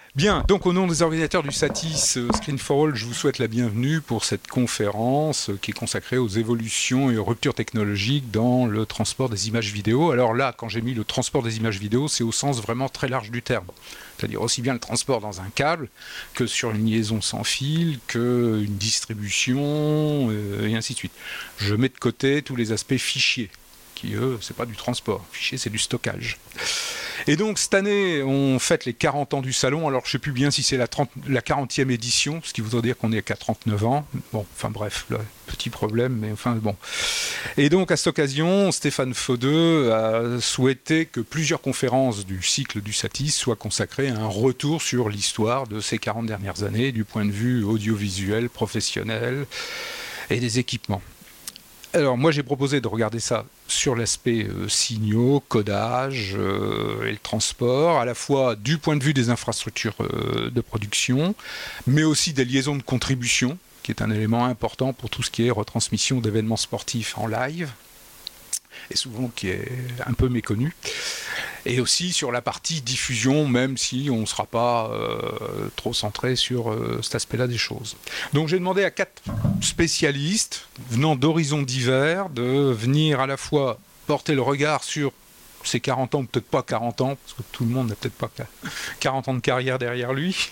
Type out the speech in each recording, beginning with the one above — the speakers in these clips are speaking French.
Bien, donc au nom des organisateurs du Satis Screen for All, je vous souhaite la bienvenue pour cette conférence qui est consacrée aux évolutions et aux ruptures technologiques dans le transport des images vidéo. Alors là, quand j'ai mis le transport des images vidéo, c'est au sens vraiment très large du terme. C'est-à-dire aussi bien le transport dans un câble que sur une liaison sans fil, qu'une distribution, et ainsi de suite. Je mets de côté tous les aspects fichiers, qui eux, c'est pas du transport. Fichier, c'est du stockage. Et donc cette année, on fête les 40 ans du salon. Alors je ne sais plus bien si c'est la 40e édition, ce qui voudrait dire qu'on est qu'à 39 ans. Bon, enfin bref, là, petit problème, mais enfin bon. Et donc à cette occasion, Stéphane Faudeux a souhaité que plusieurs conférences du cycle du Satis soient consacrées à un retour sur l'histoire de ces 40 dernières années, du point de vue audiovisuel, professionnel et des équipements. Alors moi j'ai proposé de regarder ça sur l'aspect signaux, codage et le transport, à la fois du point de vue des infrastructures de production, mais aussi des liaisons de contribution, qui est un élément important pour tout ce qui est retransmission d'événements sportifs en live, et souvent qui est un peu méconnu. Et aussi sur la partie diffusion, même si on ne sera pas trop centré sur cet aspect-là des choses. Donc j'ai demandé à 4 spécialistes venant d'horizons divers de venir à la fois porter le regard sur ces 40 ans, peut-être pas 40 ans, parce que tout le monde n'a peut-être pas 40 ans de carrière derrière lui,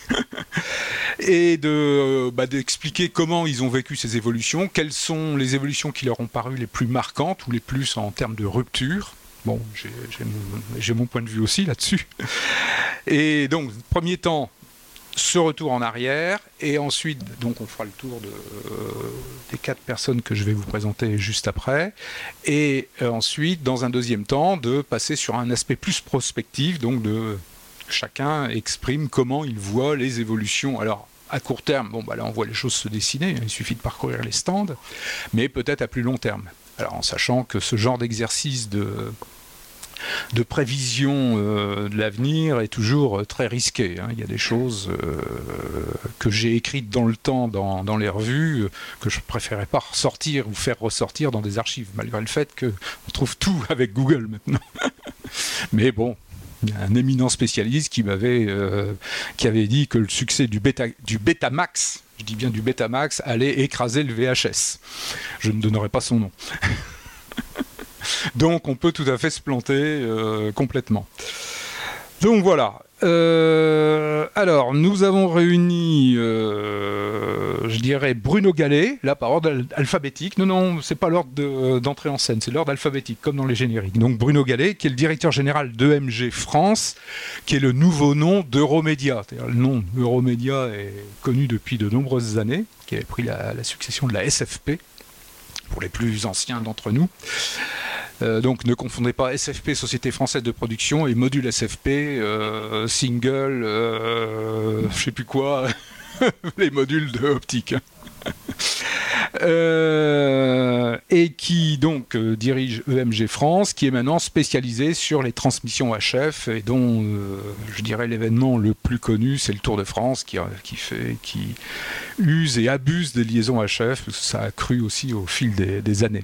et d'expliquer comment ils ont vécu ces évolutions, quelles sont les évolutions qui leur ont paru les plus marquantes ou les plus en termes de rupture. Bon, j'ai mon point de vue aussi là-dessus. Et donc, premier temps, ce retour en arrière, et ensuite, donc on fera le tour des 4 personnes que je vais vous présenter juste après, et ensuite, dans un deuxième temps, de passer sur un aspect plus prospectif, donc chacun exprime comment il voit les évolutions. Alors, à court terme, bon, bah là on voit les choses se dessiner, il suffit de parcourir les stands, mais peut-être à plus long terme. Alors en sachant que ce genre d'exercice de prévision de l'avenir est toujours très risqué. Hein. Il y a des choses que j'ai écrites dans le temps, dans les revues, que je ne préférais pas ressortir ou faire ressortir dans des archives, malgré le fait qu'on trouve tout avec Google maintenant. Mais bon, il y a un éminent spécialiste qui avait dit que le succès du Betamax, je dis bien du Betamax, allait écraser le VHS. Je ne donnerai pas son nom. Donc on peut tout à fait se planter complètement. Donc voilà. Alors nous avons réuni, je dirais, Bruno Gallet, là par ordre alphabétique. Non, c'est pas l'ordre d'entrée en scène, c'est l'ordre alphabétique, comme dans les génériques. Donc Bruno Gallet, qui est le directeur général d'EMG France, qui est le nouveau nom d'Euromédia. C'est-à-dire, le nom Euromédia est connu depuis de nombreuses années, qui avait pris la succession de la SFP, pour les plus anciens d'entre nous. Donc ne confondez pas SFP, Société Française de Production, et Module SFP, Single, je sais plus quoi, les modules de optique. Et qui donc dirige EMG France, qui est maintenant spécialisé sur les transmissions HF, et dont je dirais l'événement le plus connu, c'est le Tour de France, qui use et abuse des liaisons HF, parce que ça a cru aussi au fil des années.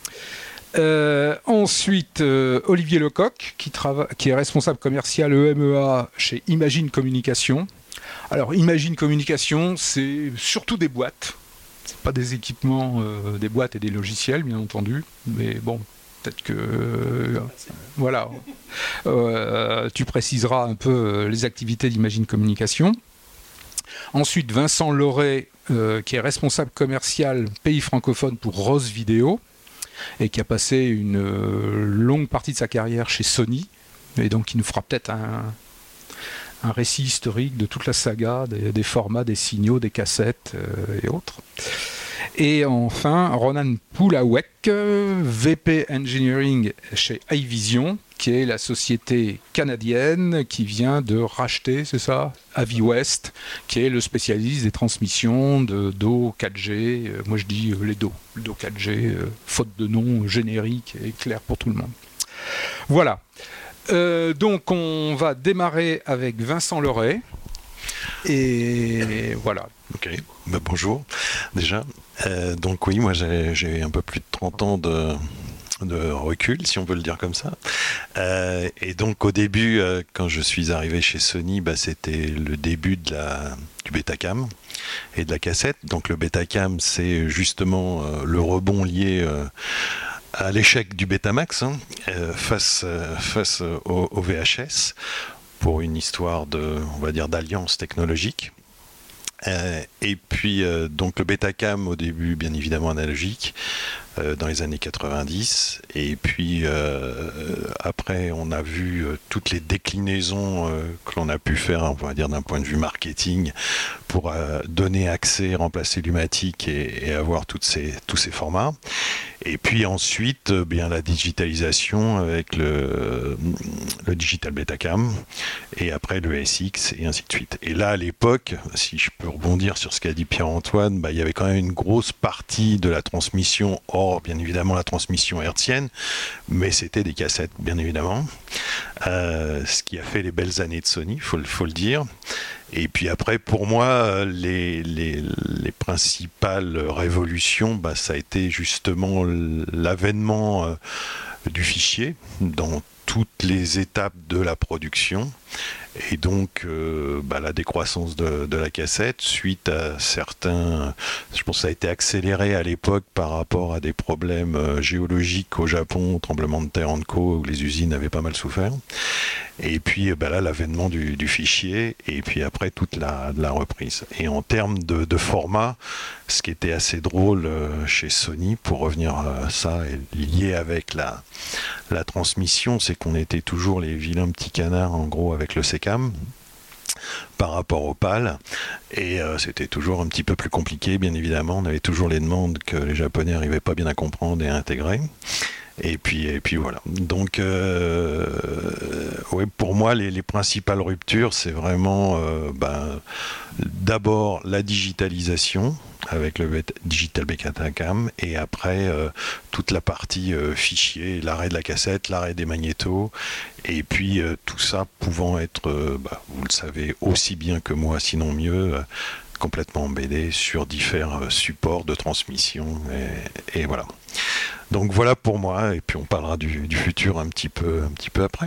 Ensuite, Olivier Lecoq, qui est responsable commercial EMEA chez Imagine Communication. Alors, Imagine Communication, c'est surtout des boîtes. C'est pas des équipements, des boîtes et des logiciels, bien entendu. Mais bon, peut-être que... voilà. Tu préciseras un peu les activités d'Imagine Communication. Ensuite, Vincent Loret, qui est responsable commercial pays francophone pour Rose Vidéo, et qui a passé une longue partie de sa carrière chez Sony, et donc qui nous fera peut-être un récit historique de toute la saga, des formats, des signaux, des cassettes et autres. Et enfin, Ronan Poulawek, VP Engineering chez iVision, qui est la société canadienne qui vient de racheter, c'est ça, Aviwest, qui est le spécialiste des transmissions de DO 4G. Moi je dis les DO 4G, faute de nom générique et clair pour tout le monde. Voilà. Donc on va démarrer avec Vincent Loret. Et voilà. Ok, bonjour déjà. Donc oui, moi j'ai un peu plus de 30 ans de recul, si on peut le dire comme ça. Et donc au début, quand je suis arrivé chez Sony, c'était le début du Betacam et de la cassette. Donc le Betacam, c'est justement le rebond lié à l'échec du Betamax face au VHS pour une histoire on va dire, d'alliance technologique. Et puis donc le Betacam au début bien évidemment analogique dans les années 90 et puis après on a vu toutes les déclinaisons que l'on a pu faire on va dire d'un point de vue marketing pour donner accès, remplacer l'Umatic et avoir tous ces formats. Et puis ensuite, bien la digitalisation avec le Digital Betacam et après le SX et ainsi de suite. Et là, à l'époque, si je peux rebondir sur ce qu'a dit Pierre-Antoine, il y avait quand même une grosse partie de la transmission, hors bien évidemment la transmission hertzienne, mais c'était des cassettes, bien évidemment. Ce qui a fait les belles années de Sony, faut le dire. Et puis après, pour moi, les principales révolutions, ça a été justement l'avènement du fichier dans toutes les étapes de la production. Et donc la décroissance de la cassette suite à certains, je pense que ça a été accéléré à l'époque par rapport à des problèmes géologiques au Japon, tremblement de terre en co, où les usines avaient pas mal souffert. Et puis là l'avènement du fichier et puis après toute la reprise. Et en termes de format, ce qui était assez drôle chez Sony, pour revenir à ça, et lié avec la transmission, c'est qu'on était toujours les vilains petits canards en gros avec le SECAM par rapport au PAL et c'était toujours un petit peu plus compliqué bien évidemment, on avait toujours les demandes que les Japonais n'arrivaient pas bien à comprendre et à intégrer. Et puis voilà. Donc, ouais, pour moi, les principales ruptures, c'est vraiment d'abord la digitalisation avec le Digital Betacam et après toute la partie fichier, l'arrêt de la cassette, l'arrêt des magnétos et puis tout ça pouvant être, vous le savez aussi bien que moi, sinon mieux, complètement embêté sur différents supports de transmission et voilà. Donc voilà pour moi, et puis on parlera du futur un petit peu après.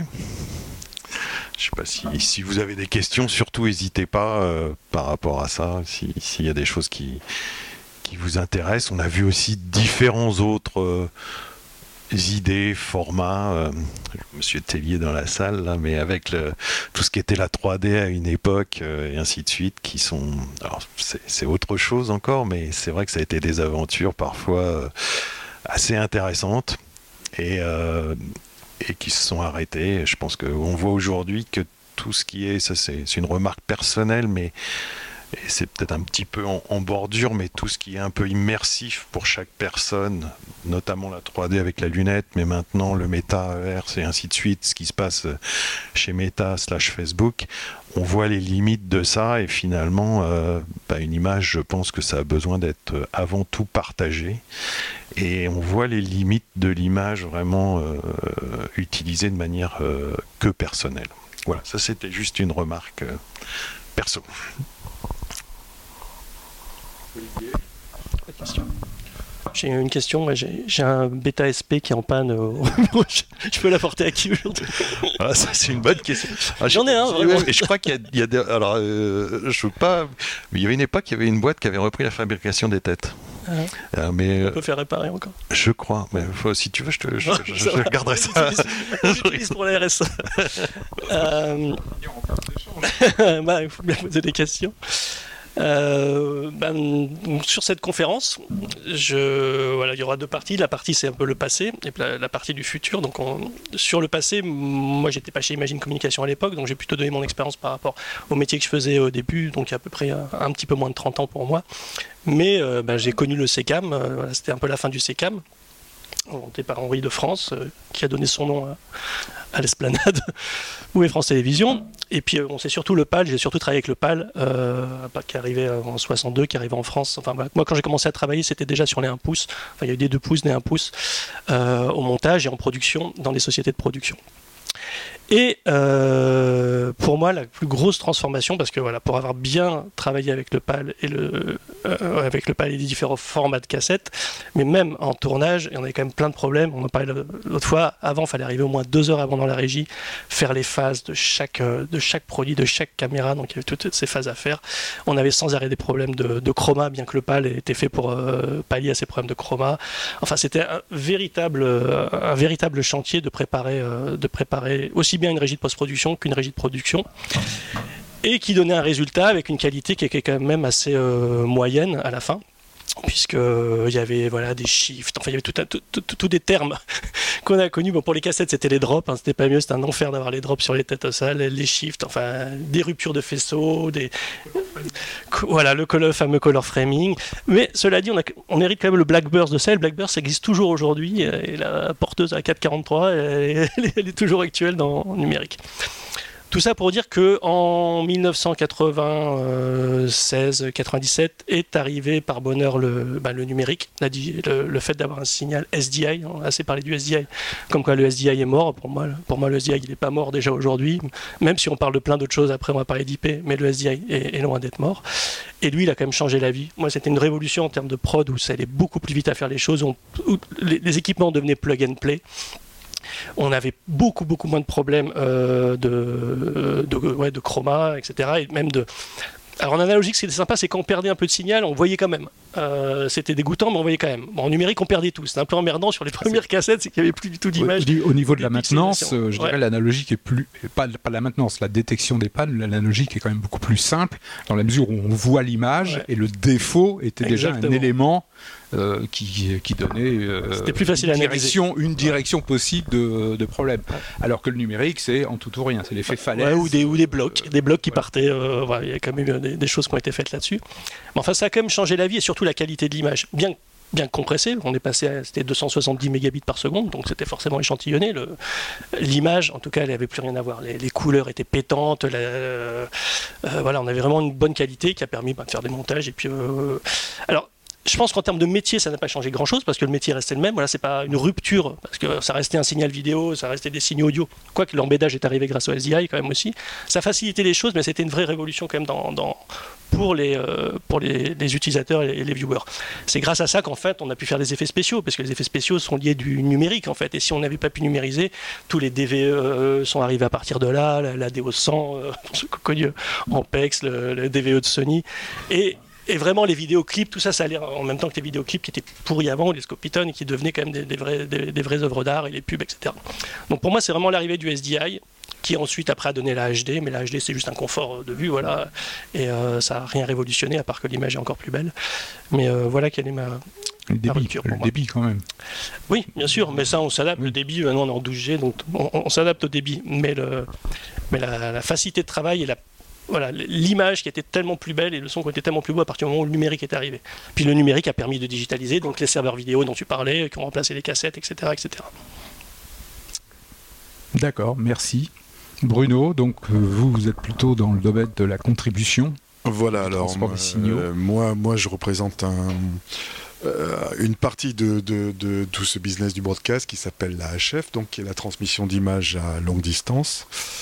Je ne sais pas si vous avez des questions, surtout n'hésitez pas par rapport à ça, s'il y a des choses qui vous intéressent. On a vu aussi différents autres idées, formats. Monsieur Tellier dans la salle, là, mais avec tout ce qui était la 3D à une époque et ainsi de suite, qui sont... Alors c'est autre chose encore, mais c'est vrai que ça a été des aventures parfois... assez intéressantes et qui se sont arrêtées. Je pense qu'on voit aujourd'hui que tout ce qui est, ça c'est une remarque personnelle, mais c'est peut-être un petit peu en bordure, mais tout ce qui est un peu immersif pour chaque personne, notamment la 3D avec la lunette, mais maintenant le métaverse et ainsi de suite, ce qui se passe chez Meta / Facebook, on voit les limites de ça et finalement, une image, je pense que ça a besoin d'être avant tout partagé. Et on voit les limites de l'image vraiment utilisée de manière que personnelle. Voilà, ça c'était juste une remarque perso. Olivier, la question. J'ai une question, j'ai un bêta SP qui est en panne je peux l'apporter à qui aujourd'hui? Ah, ça c'est une bonne question. J'en ai un, vraiment. Et je crois qu'il y a des... Alors, je veux pas... Mais il y avait une époque, il y avait une boîte qui avait repris la fabrication des têtes. Mais, on peut faire réparer encore. Je crois, mais si tu veux, je garderai ça. J'utilise pour la RSA. Il faut bien poser des questions. Sur cette conférence, il y aura deux parties. La partie c'est un peu le passé et la partie du futur. Donc sur le passé, moi j'étais pas chez Imagine Communication à l'époque, donc j'ai plutôt donné mon expérience par rapport au métier que je faisais au début, donc il y a à peu près un petit peu moins de 30 ans pour moi. Mais j'ai connu le SECAM, c'était un peu la fin du SECAM, inventé par Henri de France, qui a donné son nom à l'Esplanade, où est France Télévisions. Et puis on sait surtout le PAL, j'ai surtout travaillé avec le PAL, qui est arrivé en 62, qui est arrivé en France. Enfin, moi quand j'ai commencé à travailler, c'était déjà sur les 1 pouce, il y a eu des 2 pouces, des 1 pouce, au montage et en production, dans les sociétés de production. Et pour moi la plus grosse transformation, parce que voilà, pour avoir bien travaillé avec le PAL et les différents formats de cassettes, mais même en tournage, on avait quand même plein de problèmes. On en parlait l'autre fois. Avant, il fallait arriver au moins 2 heures avant dans la régie, faire les phases de chaque produit, de chaque caméra. Donc il y avait toutes ces phases à faire. On avait sans arrêt des problèmes de chroma, bien que le PAL était fait pour pallier à ces problèmes de chroma. Enfin, c'était un véritable chantier de préparer aussi bien une régie de post-production qu'une régie de production, et qui donnait un résultat avec une qualité qui était quand même assez moyenne à la fin, puisqu'il y avait des shifts, enfin il y avait tout des termes qu'on a connus. Bon, pour les cassettes c'était les drops, c'était pas mieux, c'était un enfer d'avoir les drops sur les têtes aux les shifts, enfin des ruptures de faisceaux, le fameux color framing. Mais cela dit, on hérite quand même le Blackburst de ça. Le Blackburst existe toujours aujourd'hui, et la porteuse à 443 elle est toujours actuelle en numérique. Tout ça pour dire qu'en 1996-97 est arrivé par bonheur le numérique, le fait d'avoir un signal SDI. On a assez parlé du SDI, comme quoi le SDI est mort. Pour moi le SDI il n'est pas mort déjà aujourd'hui, même si on parle de plein d'autres choses, après on va parler d'IP, mais le SDI est loin d'être mort. Et lui, il a quand même changé la vie. Moi, c'était une révolution en termes de prod, où ça allait beaucoup plus vite à faire les choses, où les équipements devenaient plug and play. On avait beaucoup moins de problèmes de chroma, etc. Et même Alors en analogique, ce qui était sympa, c'est quand on perdait un peu de signal, on voyait quand même. C'était dégoûtant, mais on voyait quand même. Bon, en numérique, on perdait tout. C'était un peu emmerdant sur les premières cassettes, c'est qu'il n'y avait plus du tout d'image. Au niveau de la maintenance, je dirais l'analogique est plus... Pas la maintenance, la détection des pannes, l'analogique est quand même beaucoup plus simple, dans la mesure où on voit l'image, et le défaut était déjà un élément qui donnait c'était plus facile une direction possible de problème. Alors que le numérique, c'est en tout ou rien, c'est l'effet falaise. Ou des blocs qui partaient. Il y a quand même eu des choses qui ont été faites là-dessus. Mais enfin, ça a quand même changé la vie, et surtout la qualité de l'image. Bien compressé, on est passé à 270 mégabits par seconde, donc c'était forcément échantillonné. L'image, en tout cas, elle n'avait plus rien à voir. Les couleurs étaient pétantes. On avait vraiment une bonne qualité qui a permis de faire des montages. Et puis, alors, je pense qu'en termes de métier, ça n'a pas changé grand-chose, parce que le métier restait le même. C'est pas une rupture, parce que ça restait un signal vidéo, ça restait des signaux audio. Quoique l'embêtage est arrivé grâce au SDI quand même aussi. Ça facilitait les choses, mais c'était une vraie révolution quand même pour les utilisateurs et les viewers. C'est grâce à ça qu'en fait on a pu faire des effets spéciaux, parce que les effets spéciaux sont liés du numérique en fait. Et si on n'avait pas pu numériser, tous les DVE sont arrivés à partir de là, la DO100, pour ceux qu'on connaît en PEX, le DVE de Sony. Et vraiment, les vidéoclips, tout ça, ça allait en même temps que les vidéoclips qui étaient pourris avant, les Scopitone, et qui devenaient quand même des vraies œuvres d'art, et les pubs, etc. Donc pour moi, c'est vraiment l'arrivée du SDI, qui ensuite, après, a donné la HD, mais la HD, c'est juste un confort de vue, et ça n'a rien révolutionné, à part que l'image est encore plus belle. Mais voilà quelle est ma rupture pour moi. Le débit, quand même. Oui, bien sûr, mais ça, on s'adapte. Le débit, maintenant, on est en 12G, donc on s'adapte au débit. Mais la facilité de travail et l'image qui était tellement plus belle et le son qui était tellement plus beau à partir du moment où le numérique est arrivé. Puis le numérique a permis de digitaliser, donc les serveurs vidéo dont tu parlais, qui ont remplacé les cassettes, etc. D'accord, merci. Bruno, donc vous êtes plutôt dans le domaine de la contribution. Voilà, alors moi je représente une partie de tout ce business du broadcast qui s'appelle la HF, donc qui est la transmission d'images à longue distance.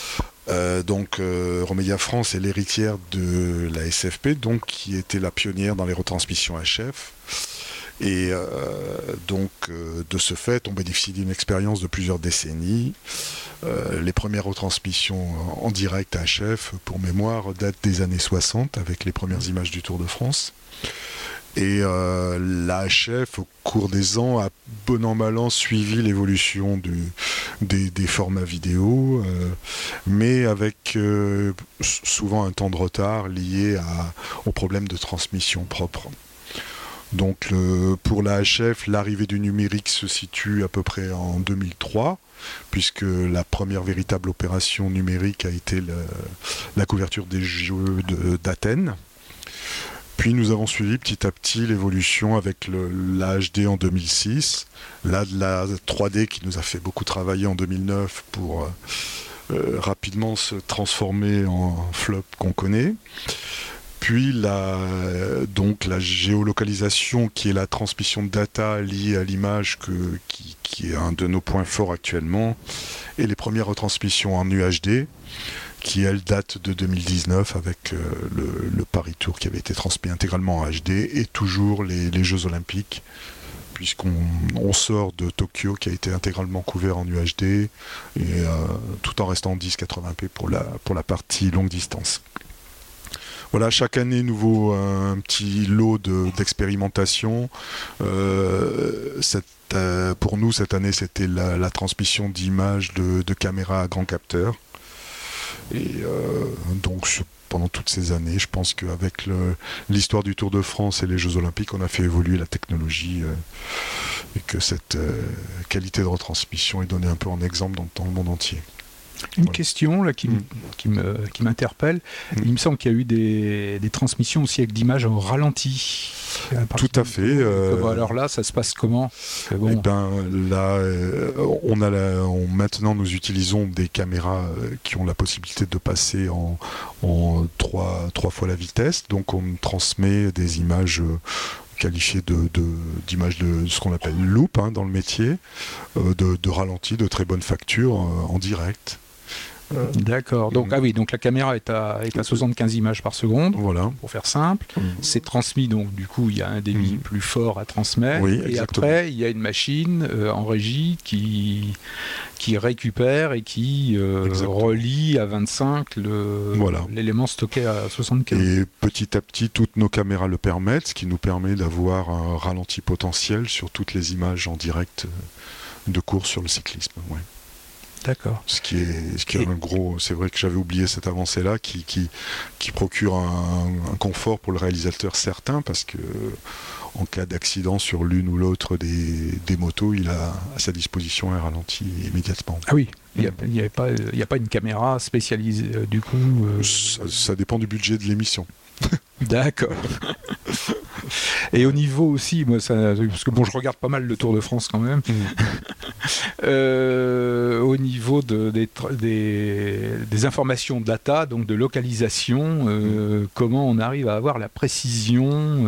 Remedia France est l'héritière de la SFP, donc qui était la pionnière dans les retransmissions HF. Et de ce fait, on bénéficie d'une expérience de plusieurs décennies. Les premières retransmissions en direct HF, pour mémoire, datent des années 60, avec les premières images du Tour de France. Et la HF, au cours des ans, a bon an mal an suivi l'évolution des formats vidéo, mais avec souvent un temps de retard lié aux problèmes de transmission propre. Donc pour la HF, l'arrivée du numérique se situe à peu près en 2003, puisque la première véritable opération numérique a été la couverture des Jeux d'Athènes. Puis nous avons suivi petit à petit l'évolution avec la HD en 2006, la 3D qui nous a fait beaucoup travailler en 2009 pour rapidement se transformer en flop qu'on connaît. Puis la géolocalisation qui est la transmission de data liée à l'image qui est un de nos points forts actuellement, et les premières retransmissions en UHD qui elle date de 2019 avec le Paris Tour qui avait été transmis intégralement en HD et toujours les Jeux Olympiques, puisqu'on sort de Tokyo qui a été intégralement couvert en UHD et tout en restant en 1080p pour la partie longue distance. Voilà, chaque année, nous vaut un petit lot d'expérimentation. Pour nous, cette année, c'était la transmission d'images de caméras à grand capteur. Et donc, pendant toutes ces années, je pense qu'avec l'histoire du Tour de France et les Jeux Olympiques, on a fait évoluer la technologie et que cette qualité de retransmission est donnée un peu en exemple dans le monde entier. Une question là, qui m'interpelle. Il me semble qu'il y a eu des transmissions aussi avec d'images au ralenti. Tout à fait. Alors là, ça se passe comment? Bon. Eh ben, là, maintenant, nous utilisons des caméras qui ont la possibilité de passer en trois fois la vitesse. Donc, on transmet des images qualifiées d'images de ce qu'on appelle loop dans le métier, de ralenti, de très bonne facture en direct. D'accord. Donc, donc la caméra est à 75 images par seconde, voilà, pour faire simple. C'est transmis, donc du coup, il y a un débit plus fort à transmettre. Oui, et exactement. après, il y a une machine en régie qui récupère et qui relie à 25 l'élément stocké à 75. Et petit à petit, toutes nos caméras le permettent, ce qui nous permet d'avoir un ralenti potentiel sur toutes les images en direct de course sur le cyclisme. Ouais. D'accord. Ce qui est un gros. C'est vrai que j'avais oublié cette avancée-là qui procure un confort pour le réalisateur certain, parce que en cas d'accident sur l'une ou l'autre des motos, il a à sa disposition un ralenti immédiatement. Ah oui, il n'y a pas une caméra spécialisée du coup. Ça dépend du budget de l'émission. D'accord. Et au niveau aussi, moi, parce que bon, je regarde pas mal le Tour de France quand même. Au niveau des informations data, donc de localisation, comment on arrive à avoir la précision,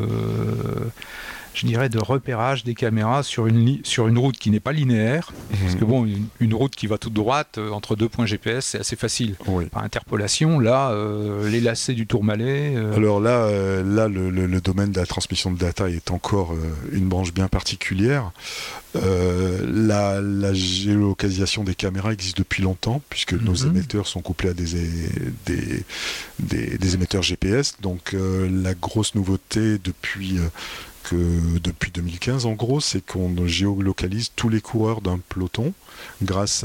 je dirais, de repérage des caméras sur une route qui n'est pas linéaire, parce que bon, une route qui va toute droite entre deux points GPS, c'est assez facile. Oui. Par interpolation, là, les lacets du Tourmalet... Alors là, le domaine de la transmission de data est encore une branche bien particulière. La géolocalisation des caméras existe depuis longtemps, puisque nos émetteurs sont couplés à des émetteurs GPS. Donc la grosse nouveauté depuis 2015 en gros, c'est qu'on géolocalise tous les coureurs d'un peloton grâce à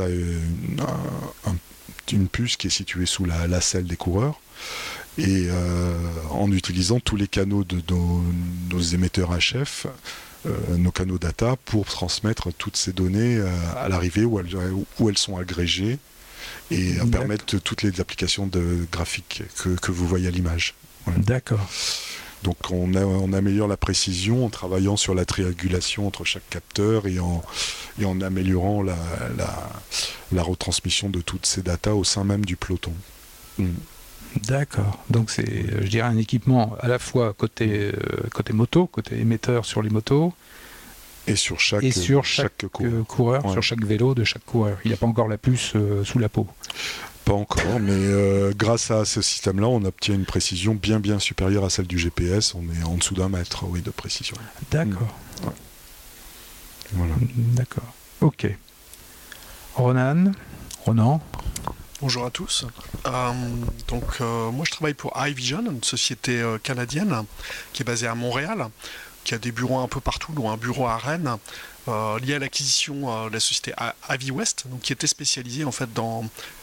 une puce qui est située sous la selle des coureurs, et en utilisant tous les canaux de nos émetteurs HF, nos canaux data, pour transmettre toutes ces données à l'arrivée où elles sont agrégées et permettre toutes les applications graphiques que vous voyez à l'image. Voilà. D'accord. Donc on améliore la précision en travaillant sur la triangulation entre chaque capteur et en améliorant la retransmission de toutes ces datas au sein même du peloton. D'accord. Donc c'est, je dirais, un équipement à la fois côté moto, côté émetteur sur les motos, et sur chaque coureur, ouais. Sur chaque vélo de chaque coureur. Il n'y a pas encore la puce sous la peau. Pas encore, mais grâce à ce système-là, on obtient une précision bien supérieure à celle du GPS. On est en dessous d'1 mètre, de précision. D'accord. Ouais. Voilà. D'accord. Ok. Ronan. Bonjour à tous. Moi je travaille pour iVision, une société canadienne qui est basée à Montréal, qui a des bureaux un peu partout, dont un bureau à Rennes, lié à l'acquisition de la société AviWest, donc qui était spécialisée en fait dans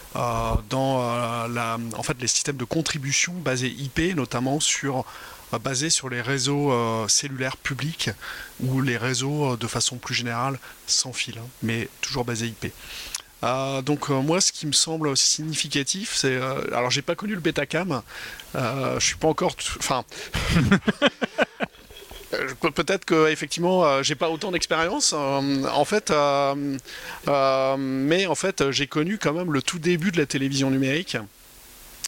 les systèmes de contribution basés IP, notamment basés sur les réseaux cellulaires publics ou les réseaux de façon plus générale sans fil, mais toujours basés IP. Moi, ce qui me semble significatif, c'est... alors, j'ai pas connu le Betacam, je suis pas encore... Peut-être que effectivement j'ai pas autant d'expérience mais en fait j'ai connu quand même le tout début de la télévision numérique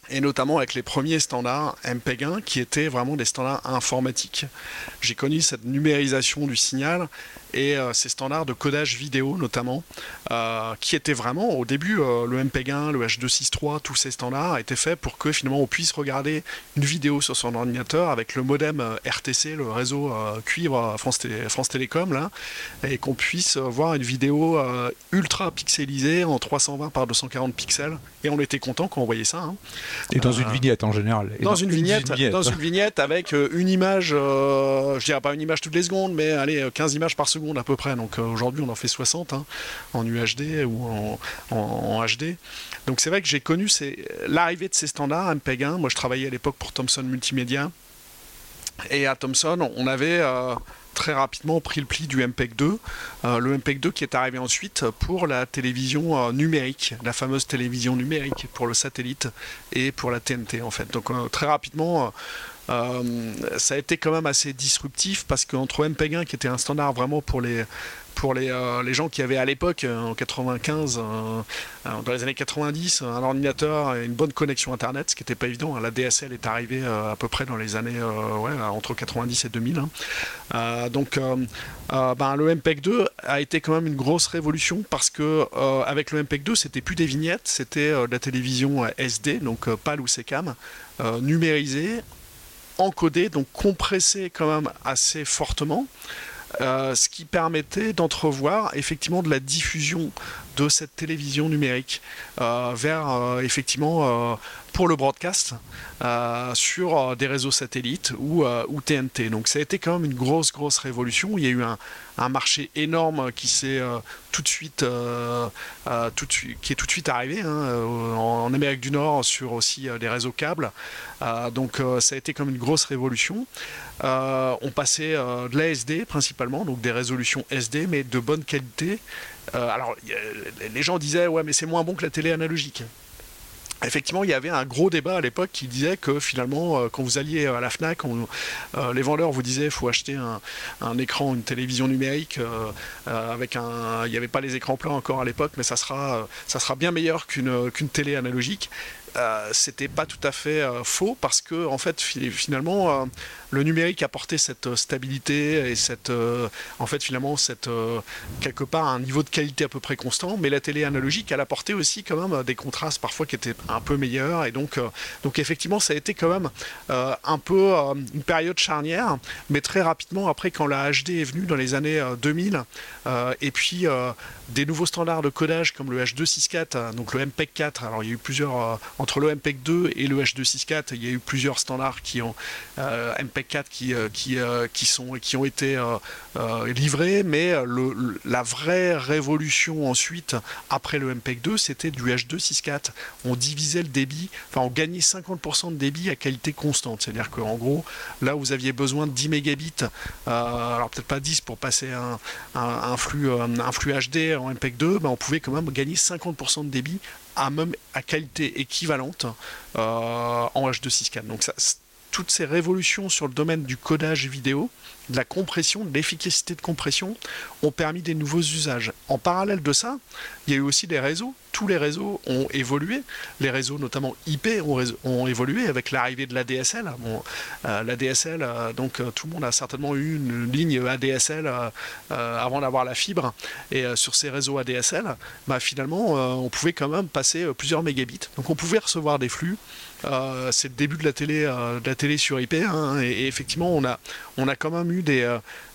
et notamment avec les premiers standards MPEG-1 qui étaient vraiment des standards informatiques. J'ai connu cette numérisation du signal et ces standards de codage vidéo notamment, qui étaient vraiment, au début, le MPEG-1, le H.263, tous ces standards étaient faits pour que finalement on puisse regarder une vidéo sur son ordinateur avec le modem RTC, le réseau cuivre France Télécom, là, et qu'on puisse voir une vidéo ultra pixelisée en 320 par 240 pixels, et on était content quand on voyait ça. Hein. Et dans une vignette en général. Dans une vignette avec une image, je dirais pas une image toutes les secondes, mais allez, 15 images par seconde à peu près. Donc aujourd'hui on en fait 60 hein, en UHD ou en HD. Donc c'est vrai que j'ai connu l'arrivée de ces standards MPEG-1. Moi je travaillais à l'époque pour Thomson Multimédia. Et à Thomson, on avait très rapidement pris le pli du MPEG-2. Le MPEG-2 qui est arrivé ensuite pour la télévision numérique, la fameuse télévision numérique pour le satellite et pour la TNT en fait. Donc très rapidement, ça a été quand même assez disruptif parce qu'entre MPEG-1 qui était un standard vraiment pour les gens qui avaient à l'époque, en 95, dans les années 90, un ordinateur et une bonne connexion Internet, ce qui n'était pas évident. La DSL est arrivée à peu près dans les années entre 90 et 2000. Donc le MPEG-2 a été quand même une grosse révolution parce que avec le MPEG-2, c'était plus des vignettes, c'était de la télévision SD, donc PAL ou SECAM, numérisée, encodée, donc compressée quand même assez fortement. Ce qui permettait d'entrevoir effectivement de la diffusion de cette télévision numérique vers effectivement pour le broadcast sur des réseaux satellites ou TNT. Donc ça a été quand même une grosse révolution. Il y a eu un marché énorme qui s'est tout de suite arrivé en Amérique du Nord sur aussi des réseaux câbles. Donc ça a été comme une grosse révolution. On passait de l'ASD principalement, donc des résolutions SD, mais de bonne qualité. Alors les gens disaient ouais mais c'est moins bon que la télé analogique. Effectivement, il y avait un gros débat à l'époque qui disait que finalement, quand vous alliez à la Fnac, les vendeurs vous disaient qu'il faut acheter un écran, une télévision numérique avec il n'y avait pas les écrans plats encore à l'époque, mais ça sera bien meilleur qu'une télé analogique. C'était pas tout à fait faux parce que en fait finalement le numérique apportait cette stabilité et quelque part un niveau de qualité à peu près constant, mais la télé analogique elle apportait aussi quand même des contrastes parfois qui étaient un peu meilleurs et donc effectivement ça a été quand même un peu une période charnière, mais très rapidement après quand la HD est venue dans les années 2000 et puis des nouveaux standards de codage comme le H.264, donc le MPEG-4, alors il y a eu plusieurs entre le MPEG-2 et le H.264, il y a eu plusieurs standards qui ont MPEG-4 qui ont été livrés, mais la vraie révolution ensuite après le MPEG-2 c'était du H.264. On divisait le débit, enfin on gagnait 50% de débit à qualité constante, c'est-à-dire qu'en gros là où vous aviez besoin de 10 mégabits, alors peut-être pas 10 pour passer un flux HD en MPEG-2, on pouvait quand même gagner 50% de débit à qualité équivalente en H.264. Donc toutes ces révolutions sur le domaine du codage vidéo, de la compression, de l'efficacité de compression, ont permis des nouveaux usages. En parallèle de ça, il y a eu aussi des réseaux. Tous les réseaux ont évolué. Les réseaux, notamment IP, ont évolué avec l'arrivée de l'ADSL. L'ADSL, donc tout le monde a certainement eu une ligne ADSL avant d'avoir la fibre. Et sur ces réseaux ADSL, finalement, on pouvait quand même passer plusieurs mégabits. Donc on pouvait recevoir des flux. C'est le début de la télé sur IP, et effectivement on a quand même eu des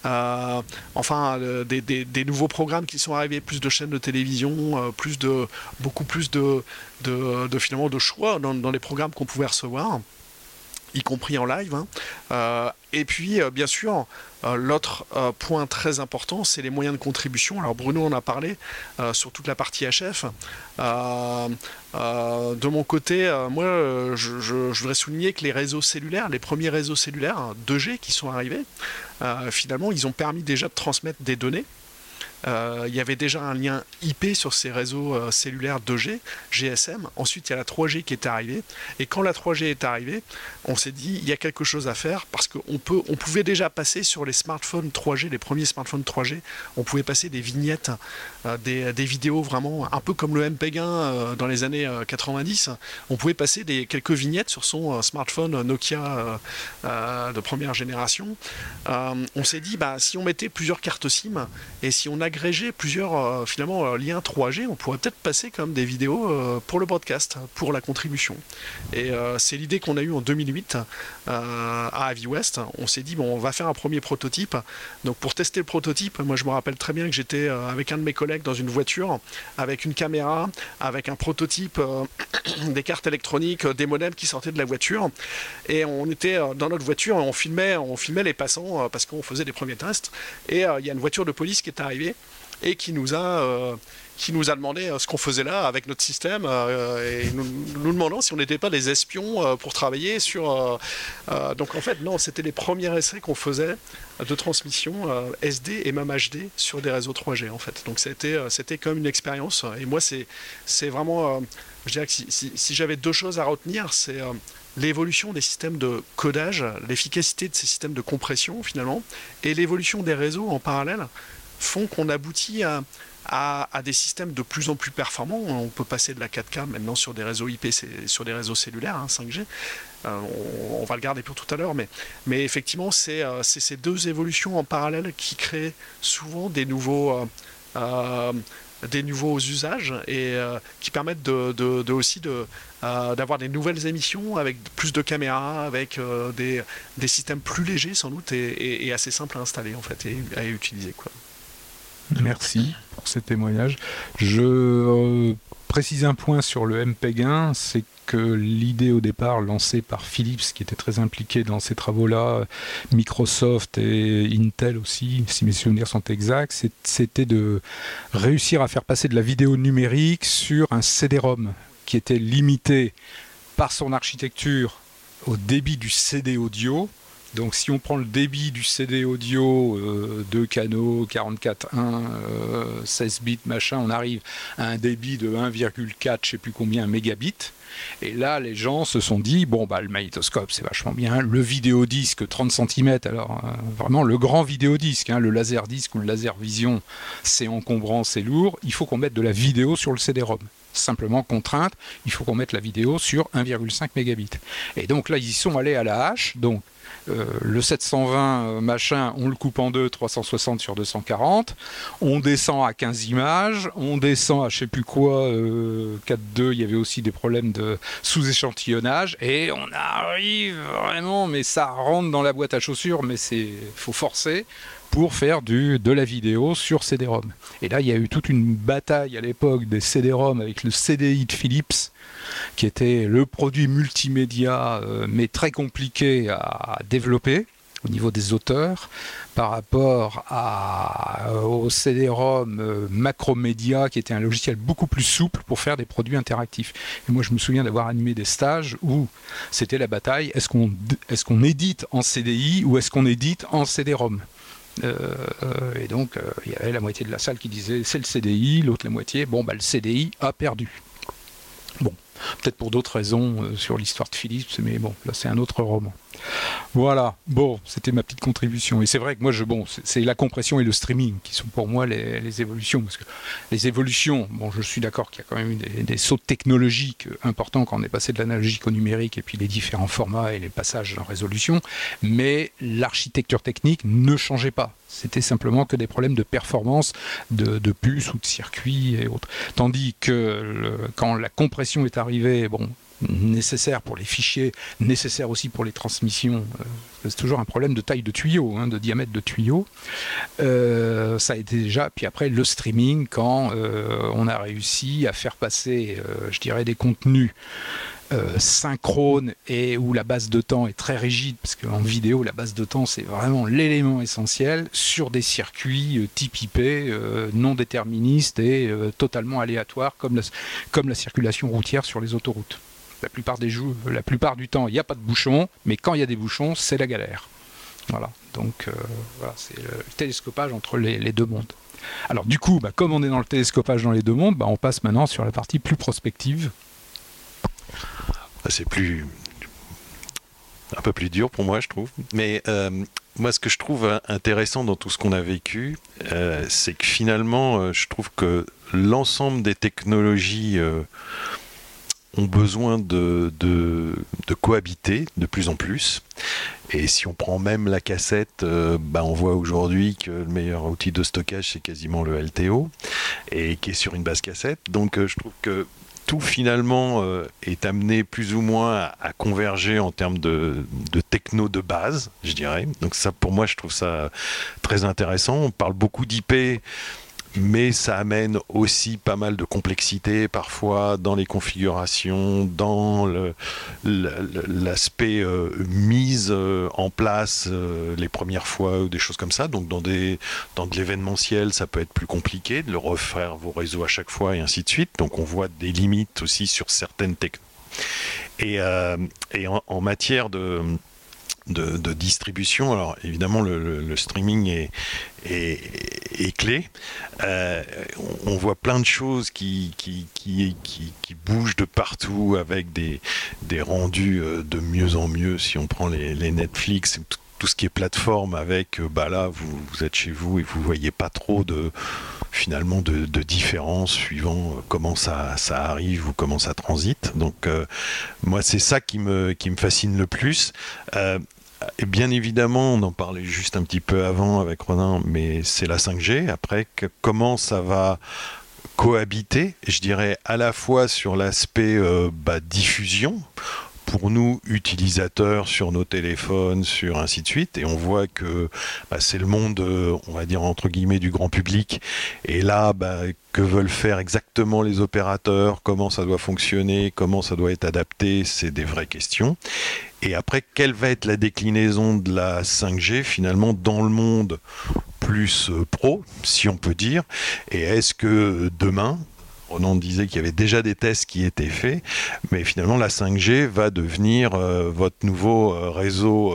nouveaux programmes qui sont arrivés, plus de chaînes de télévision, beaucoup plus de finalement de choix dans les programmes qu'on pouvait recevoir, y compris en live. Et puis, bien sûr, l'autre point très important, c'est les moyens de contribution. Alors Bruno en a parlé sur toute la partie HF. De mon côté, moi, je voudrais souligner que les réseaux cellulaires, les premiers réseaux cellulaires 2G qui sont arrivés, finalement, ils ont permis déjà de transmettre des données. il y avait déjà un lien IP sur ces réseaux cellulaires 2G, GSM. Ensuite, il y a la 3G qui est arrivée. Et quand la 3G est arrivée, on s'est dit, il y a quelque chose à faire parce qu'on pouvait déjà passer sur les smartphones 3G, les premiers smartphones 3G, on pouvait passer des vignettes, des vidéos vraiment un peu comme le MPEG-1 dans les années 90. On pouvait passer quelques vignettes sur son smartphone Nokia de première génération. On s'est dit, si on mettait plusieurs cartes SIM et si on agrégeait plusieurs finalement liens 3G, on pourrait peut-être passer comme des vidéos pour le broadcast, pour la contribution. Et c'est l'idée qu'on a eue en 2008 à Aviwest. On s'est dit, on va faire un premier prototype. Donc pour tester le prototype, moi je me rappelle très bien que j'étais avec un de mes collègues dans une voiture, avec une caméra, avec un prototype, des cartes électroniques, des modems qui sortaient de la voiture. Et on était dans notre voiture, on filmait les passants parce qu'on faisait des premiers tests. Et il y a une voiture de police qui est arrivée et qui nous a demandé ce qu'on faisait là avec notre système et nous demandant si on n'était pas des espions pour travailler sur... donc en fait, non, c'était les premiers essais qu'on faisait de transmission SD et même HD sur des réseaux 3G en fait. Donc c'était comme une expérience. Et moi, c'est vraiment... je dirais que si j'avais deux choses à retenir, c'est... l'évolution des systèmes de codage, l'efficacité de ces systèmes de compression finalement, et l'évolution des réseaux en parallèle font qu'on aboutit à des systèmes de plus en plus performants. On peut passer de la 4K maintenant sur des réseaux IP, sur des réseaux cellulaires, 5G. On va le garder pour tout à l'heure, mais effectivement, c'est ces deux évolutions en parallèle qui créent souvent des nouveaux usages et qui permettent aussi d'avoir des nouvelles émissions avec plus de caméras, avec des systèmes plus légers sans doute et assez simples à installer en fait et à utiliser quoi. Merci pour ce témoignage. Je précise un point sur le MPEG-1, c'est que l'idée au départ lancée par Philips, qui était très impliqué dans ces travaux-là, Microsoft et Intel aussi, si mes souvenirs sont exacts, c'était de réussir à faire passer de la vidéo numérique sur un CD-ROM qui était limité par son architecture au débit du CD audio. Donc si on prend le débit du CD audio, 2 canaux, 44.1, 16 bits, machin, on arrive à un débit de 1,4, je sais plus combien, mégabits. Et là, les gens se sont dit, le magnétoscope, c'est vachement bien. Le vidéodisque, 30 cm, alors vraiment le grand vidéodisque, le laserdisc ou le laser vision, c'est encombrant, c'est lourd. Il faut qu'on mette de la vidéo sur le CD-ROM. Simplement contrainte, il faut qu'on mette la vidéo sur 1,5 mégabits. Et donc là, ils y sont allés à la hache. Donc le 720 machin, on le coupe en deux, 360 sur 240. On descend à 15 images. On descend à je sais plus quoi, 4.2. Il y avait aussi des problèmes de sous-échantillonnage. Et on arrive vraiment, mais ça rentre dans la boîte à chaussures, mais faut forcer pour faire de la vidéo sur CD-ROM. Et là, il y a eu toute une bataille à l'époque des CD-ROM avec le CDI de Philips, qui était le produit multimédia, mais très compliqué à développer au niveau des auteurs, par rapport au CD-ROM Macromedia, qui était un logiciel beaucoup plus souple pour faire des produits interactifs. Et moi, je me souviens d'avoir animé des stages où c'était la bataille, est-ce qu'on édite en CDI ou est-ce qu'on édite en CD-ROM ? Et donc il y avait la moitié de la salle qui disait c'est le CDI, l'autre la moitié, le CDI a perdu. Peut-être pour d'autres raisons sur l'histoire de Philips, mais là c'est un autre roman. Voilà, c'était ma petite contribution. Et c'est vrai que moi, c'est la compression et le streaming qui sont pour moi les évolutions. Parce que les évolutions, je suis d'accord qu'il y a quand même eu des sauts technologiques importants quand on est passé de l'analogique au numérique et puis les différents formats et les passages en résolution. Mais l'architecture technique ne changeait pas. C'était simplement que des problèmes de performance de puces ou de circuits et autres. Tandis que quand la compression est arrivée, nécessaire pour les fichiers, nécessaire aussi pour les transmissions, c'est toujours un problème de taille de tuyau, de diamètre de tuyau. Ça a été déjà, puis après le streaming, quand on a réussi à faire passer, des contenus synchrone et où la base de temps est très rigide, parce qu'en vidéo la base de temps c'est vraiment l'élément essentiel, sur des circuits type IP non déterministes et totalement aléatoires comme la circulation routière sur les autoroutes. La plupart du temps il n'y a pas de bouchons, mais quand il y a des bouchons c'est la galère. Voilà, donc c'est le télescopage entre les deux mondes. Alors du coup, comme on est dans le télescopage dans les deux mondes, on passe maintenant sur la partie plus prospective. C'est un peu plus dur pour moi, je trouve. Mais moi, ce que je trouve intéressant dans tout ce qu'on a vécu, c'est que finalement, je trouve que l'ensemble des technologies ont besoin de cohabiter de plus en plus. Et si on prend même la cassette, on voit aujourd'hui que le meilleur outil de stockage, c'est quasiment le LTO, et qui est sur une base cassette. Donc je trouve que tout finalement est amené plus ou moins à converger en termes de techno de base, je dirais. Donc ça, pour moi, je trouve ça très intéressant. On parle beaucoup d'IP, mais ça amène aussi pas mal de complexité parfois dans les configurations, dans l'aspect mise en place les premières fois ou des choses comme ça. Donc dans de l'événementiel, ça peut être plus compliqué de le refaire vos réseaux à chaque fois et ainsi de suite. Donc on voit des limites aussi sur certaines technos. Et en matière de distribution, alors évidemment le streaming est clé. On voit plein de choses qui bougent de partout avec des rendus de mieux en mieux. Si on prend les Netflix, tout ce qui est plateforme avec, là vous êtes chez vous et vous voyez pas trop finalement de différence suivant comment ça arrive ou comment ça transite. Donc moi c'est ça qui me fascine le plus. Et bien évidemment, on en parlait juste un petit peu avant avec Ronan, mais c'est la 5G. Après, comment ça va cohabiter, je dirais, à la fois sur l'aspect diffusion, pour nous, utilisateurs sur nos téléphones, sur ainsi de suite, et on voit que c'est le monde, on va dire entre guillemets, du grand public, et là, que veulent faire exactement les opérateurs, comment ça doit fonctionner, comment ça doit être adapté, c'est des vraies questions. Et après, quelle va être la déclinaison de la 5G finalement dans le monde plus pro, si on peut dire, et est-ce que demain, Ronan disait qu'il y avait déjà des tests qui étaient faits, mais finalement la 5G va devenir votre nouveau réseau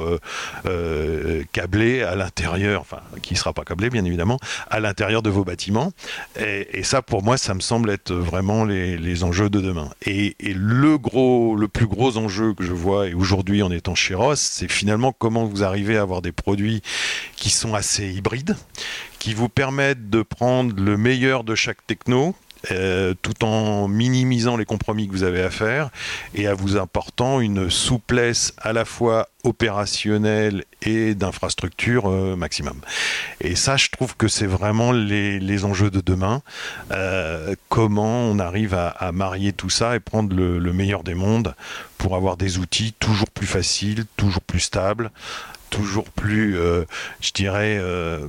câblé à l'intérieur, enfin qui ne sera pas câblé bien évidemment, à l'intérieur de vos bâtiments. Et ça pour moi ça me semble être vraiment les enjeux de demain. Et le plus gros enjeu que je vois, et aujourd'hui en étant chez Ross, c'est finalement comment vous arrivez à avoir des produits qui sont assez hybrides, qui vous permettent de prendre le meilleur de chaque techno, tout en minimisant les compromis que vous avez à faire et à vous apportant une souplesse à la fois opérationnelle et d'infrastructure maximum. Et ça, je trouve que c'est vraiment les enjeux de demain. Comment on arrive à marier tout ça et prendre le meilleur des mondes pour avoir des outils toujours plus faciles, toujours plus stables, toujours plus, je dirais,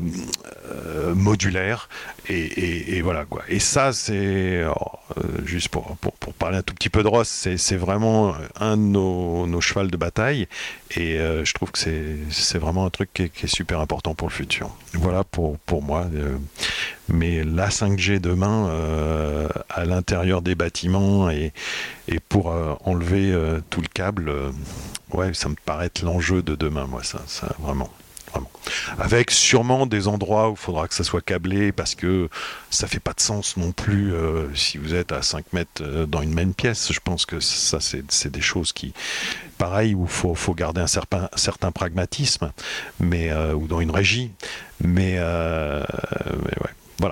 modulaire, et voilà quoi. Et ça, c'est juste pour parler un tout petit peu de Ross, c'est vraiment un de nos chevals de bataille, et je trouve que c'est vraiment un truc qui est super important pour le futur. Voilà pour moi. Mais la 5G demain, à l'intérieur des bâtiments et pour enlever tout le câble, ouais, ça me paraît être l'enjeu de demain, moi, ça vraiment. Avec sûrement des endroits où il faudra que ça soit câblé parce que ça fait pas de sens non plus si vous êtes à 5 mètres dans une même pièce. Je pense que ça, c'est des choses qui, pareil, où faut garder un certain pragmatisme, mais ou dans une régie. Mais ouais, voilà.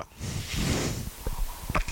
Olivier ?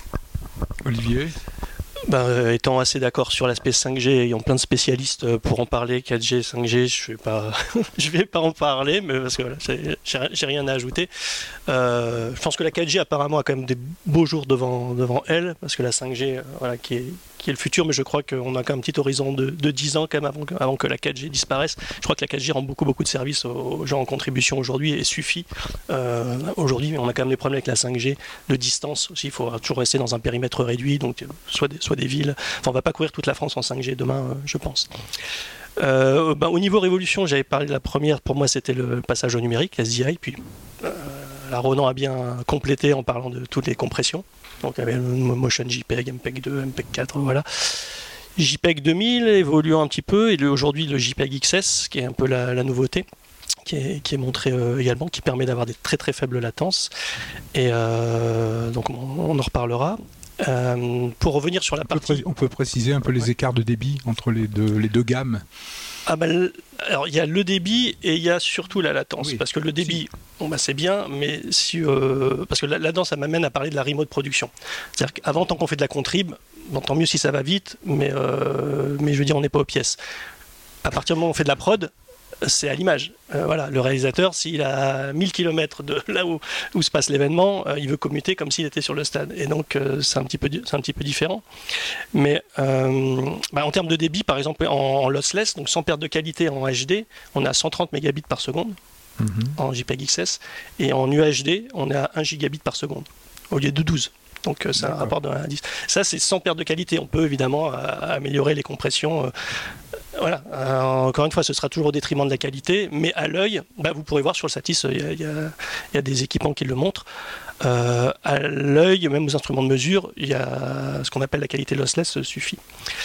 Étant assez d'accord sur l'aspect 5G, ayant plein de spécialistes pour en parler, 4G, 5G, je vais pas en parler, mais parce que voilà, j'ai rien à ajouter. Je pense que la 4G apparemment a quand même des beaux jours devant elle, parce que la 5G, voilà, qui est le futur, mais je crois qu'on a quand même un petit horizon de 10 ans quand même avant que la 4G disparaisse. Je crois que la 4G rend beaucoup de services aux gens en contribution aujourd'hui et suffit. Aujourd'hui, on a quand même des problèmes avec la 5G de distance aussi. Il faut toujours rester dans un périmètre réduit, donc soit des villes. Enfin, on va pas couvrir toute la France en 5G demain, je pense. Au niveau révolution, j'avais parlé de la première. Pour moi, c'était le passage au numérique, SDI. Puis la Ronan a bien complété en parlant de toutes les compressions. Donc il y avait le Motion JPEG, MPEG 2, MPEG 4, voilà. JPEG 2000 évoluant un petit peu, et aujourd'hui le JPEG XS, qui est un peu la nouveauté, qui est montré également, qui permet d'avoir des très très faibles latences. Et donc on en reparlera. Pour revenir sur la partie... On peut préciser un peu les écarts de débit entre les deux gammes. Alors il y a le débit et il y a surtout la latence. Oui. Parce que le débit, c'est bien, mais parce que là-dedans, ça m'amène à parler de la remote production. C'est-à-dire qu'avant, tant qu'on fait de la contrib, tant mieux si ça va vite, mais je veux dire, on n'est pas aux pièces. À partir du moment où on fait de la prod, c'est à l'image. Voilà, le réalisateur, s'il a 1000 km de là où se passe l'événement, il veut commuter comme s'il était sur le stade. Et donc, c'est un petit peu différent. Mais en termes de débit, par exemple, en lossless, donc sans perte de qualité en HD, on a 130 mégabits par seconde en JPEG XS. Et en UHD, on est à 1 gigabit par seconde, au lieu de 12. Donc c'est un rapport de 1 à 10. Ça, c'est sans perte de qualité. On peut évidemment améliorer les compressions. Voilà. Encore une fois, ce sera toujours au détriment de la qualité, mais à l'œil, vous pourrez voir sur le Satis, il y a des équipements qui le montrent. À l'œil, même aux instruments de mesure, il y a ce qu'on appelle la qualité lossless suffit.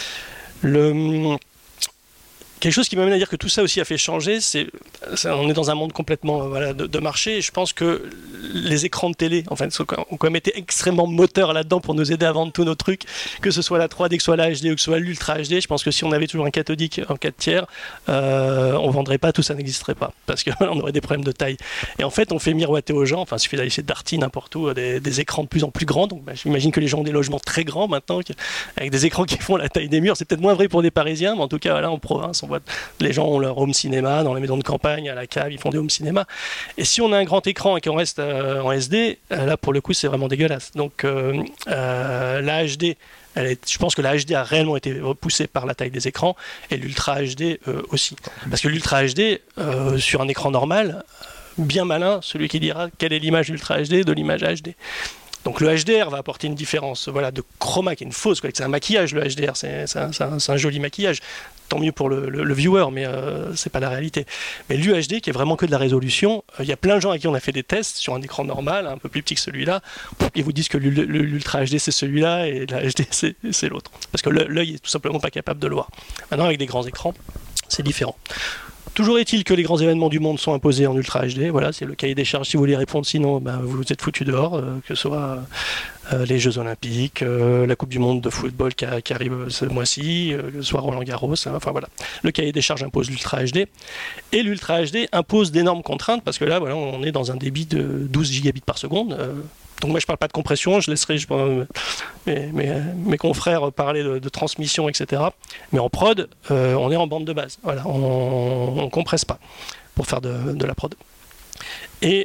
Quelque chose qui m'amène à dire que tout ça aussi a fait changer, on est dans un monde complètement de marché, et je pense que les écrans de télé, ont quand même été extrêmement moteurs là-dedans pour nous aider à vendre tous nos trucs, que ce soit la 3D, que ce soit la HD ou que ce soit l'Ultra HD. Je pense que si on avait toujours un cathodique en 4 tiers, on vendrait pas, tout ça n'existerait pas, parce qu'on aurait des problèmes de taille. Et en fait, on fait miroiter aux gens, il suffit d'aller chez Darty n'importe où, des écrans de plus en plus grands. Donc j'imagine que les gens ont des logements très grands maintenant, avec des écrans qui font la taille des murs. C'est peut-être moins vrai pour des Parisiens, mais en tout cas, en province, les gens ont leur home cinéma, dans les maisons de campagne, à la cave, ils font des home cinéma. Et si on a un grand écran et qu'on reste en SD, là pour le coup c'est vraiment dégueulasse. Donc la HD, je pense que la HD a réellement été repoussée par la taille des écrans, et l'Ultra HD aussi. Parce que l'Ultra HD, sur un écran normal, bien malin celui qui dira quelle est l'image d'Ultra HD de l'image HD. Donc le HDR va apporter une différence de chroma qui est une fausse, c'est un maquillage. Le HDR, c'est un joli maquillage, tant mieux pour le viewer, mais c'est pas la réalité. Mais l'UHD, qui est vraiment que de la résolution, il y a plein de gens à qui on a fait des tests sur un écran normal, un peu plus petit que celui-là, ils vous disent que l'Ultra HD c'est celui-là et la HD c'est l'autre, parce que l'œil est tout simplement pas capable de le voir. Maintenant, avec des grands écrans, c'est différent. Toujours est-il que les grands événements du monde sont imposés en Ultra HD. Voilà, c'est le cahier des charges si vous voulez répondre. Sinon, vous êtes foutus dehors, que ce soit les Jeux Olympiques, la Coupe du Monde de football qui arrive ce mois-ci, que ce soit Roland Garros. Voilà. Le cahier des charges impose l'Ultra HD. Et l'Ultra HD impose d'énormes contraintes parce que là, on est dans un débit de 12 gigabits par seconde. Donc moi je parle pas de compression, je laisserai mes confrères parler de transmission, etc. Mais en prod, on est en bande de base. Voilà, on compresse pas pour faire de la prod. Et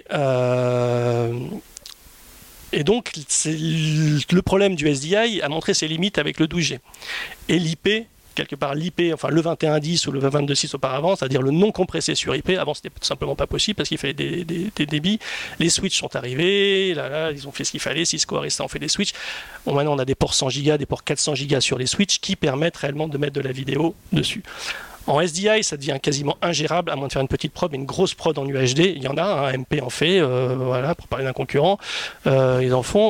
donc le problème du SDI a montré ses limites avec le 12G. Et l'IP, quelque part l'IP, le 21.10 ou le 22.6 auparavant, c'est-à-dire le non compressé sur IP, avant c'était tout simplement pas possible parce qu'il fallait des débits. Les switches sont arrivés, là ils ont fait ce qu'il fallait, Cisco Arista ont fait des switches. Maintenant on a des ports 100 Go, des ports 400 Go sur les switches qui permettent réellement de mettre de la vidéo dessus. En SDI, ça devient quasiment ingérable, à moins de faire une petite prod, mais une grosse prod en UHD. Il y en a, MP en fait, pour parler d'un concurrent, ils en font.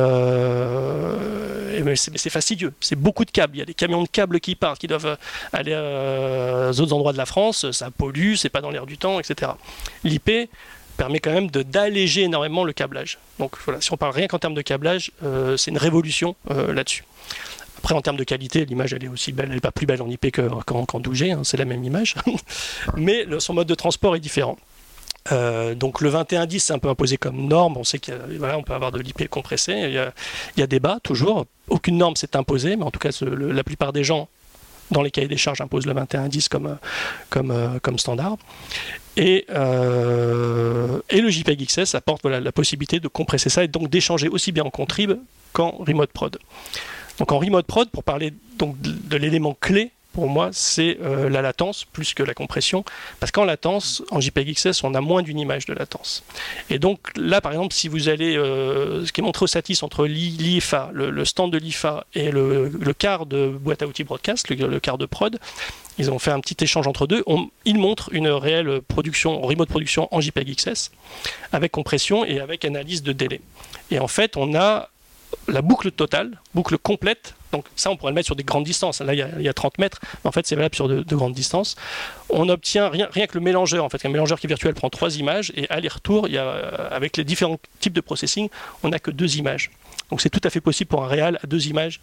Mais c'est fastidieux, c'est beaucoup de câbles. Il y a des camions de câbles qui partent, qui doivent aller aux autres endroits de la France. Ça pollue, c'est pas dans l'air du temps, etc. L'IP permet quand même d'alléger énormément le câblage. Donc voilà, si on parle rien qu'en termes de câblage, c'est une révolution là-dessus. Après, en termes de qualité, l'image elle est aussi belle, elle n'est pas plus belle en IP qu'en 12G, c'est la même image, mais son mode de transport est différent. Donc le 21.10 c'est un peu imposé comme norme, on sait qu'on peut avoir de l'IP compressé, il y a débat toujours, aucune norme s'est imposée, mais en tout cas la plupart des gens dans les cahiers des charges imposent le 21.10 comme standard. Et le JPEG XS apporte la possibilité de compresser ça et donc d'échanger aussi bien en contrib qu'en remote prod. Donc en remote prod, pour parler donc de l'élément clé, pour moi, c'est la latence plus que la compression. Parce qu'en latence, en JPEG XS, on a moins d'une image de latence. Et donc là, par exemple, si vous allez, ce qui est montré au Satis entre l'IFA, le stand de l'IFA et le quart de boîte à outils broadcast, le quart de prod, ils ont fait un petit échange entre deux. Ils montrent une réelle production, remote production en JPEG XS, avec compression et avec analyse de délai. Et en fait, on a la boucle totale, boucle complète Donc ça, on pourrait le mettre sur des grandes distances. Là, il y a 30 mètres, mais en fait, c'est valable sur de grandes distances. On obtient rien que le mélangeur. En fait, un mélangeur qui est virtuel prend 3 images et aller-retour, avec les différents types de processing, on n'a que 2 images. Donc c'est tout à fait possible pour un réal à 2 images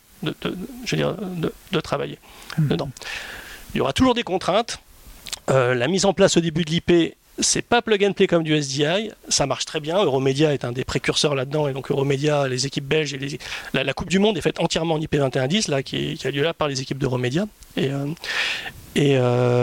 de travailler dedans. Il y aura toujours des contraintes. La mise en place au début de l'IP, c'est pas plug and play comme du SDI, ça marche très bien. Euromédia est un des précurseurs là-dedans, et donc Euromédia, les équipes belges, et la Coupe du Monde est faite entièrement en IP 2110, là, qui a lieu là par les équipes d'Euromédia. Et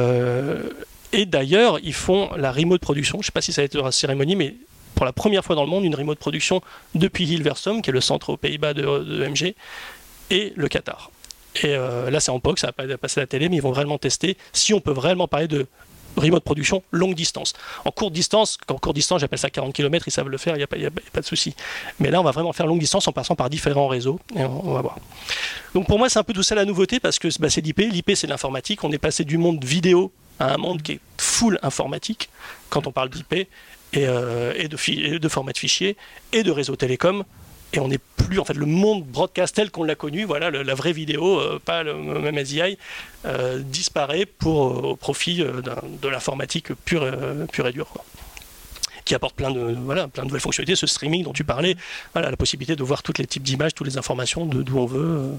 d'ailleurs, ils font la remote production. Je ne sais pas si ça a été dans la cérémonie, mais pour la première fois dans le monde, une remote production depuis Hilversum, qui est le centre aux Pays-Bas de EMG, et le Qatar. Et là, c'est en POC, ça va pas passer à la télé, mais ils vont vraiment tester si on peut vraiment parler de remote production longue distance. En courte distance, j'appelle ça 40 km, ils savent le faire, il n'y a pas de souci. Mais là, on va vraiment faire longue distance en passant par différents réseaux, et on va voir. Donc pour moi, c'est un peu tout ça la nouveauté, parce que c'est l'IP. L'IP, c'est l'informatique. On est passé du monde vidéo à un monde qui est full informatique, quand on parle d'IP, et de format de fichier, et de réseau télécom. Et on n'est plus, en fait, le monde broadcast tel qu'on l'a connu, voilà, la vraie vidéo, pas le même SDI, disparaît au profit de l'informatique pure et dure, quoi. Qui apporte plein de nouvelles fonctionnalités, ce streaming dont tu parlais, voilà, la possibilité de voir tous les types d'images, toutes les informations d'où on veut.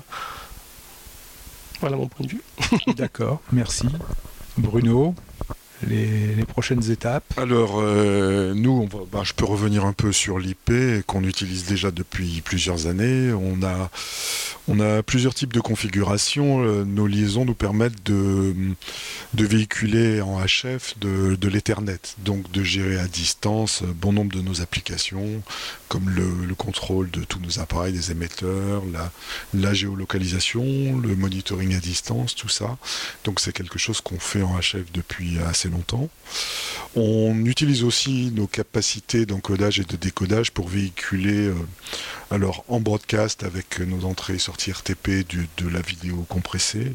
Voilà mon point de vue. D'accord, merci. Bruno, les prochaines étapes? Alors, nous, je peux revenir un peu sur l'IP qu'on utilise déjà depuis plusieurs années. On a plusieurs types de configurations. Nos liaisons nous permettent de véhiculer en HF de l'Ethernet, donc de gérer à distance bon nombre de nos applications, comme le contrôle de tous nos appareils, des émetteurs, la géolocalisation, le monitoring à distance, tout ça. Donc c'est quelque chose qu'on fait en HF depuis assez longtemps. On utilise aussi nos capacités d'encodage et de décodage pour véhiculer alors en broadcast avec nos entrées et sorties RTP de la vidéo compressée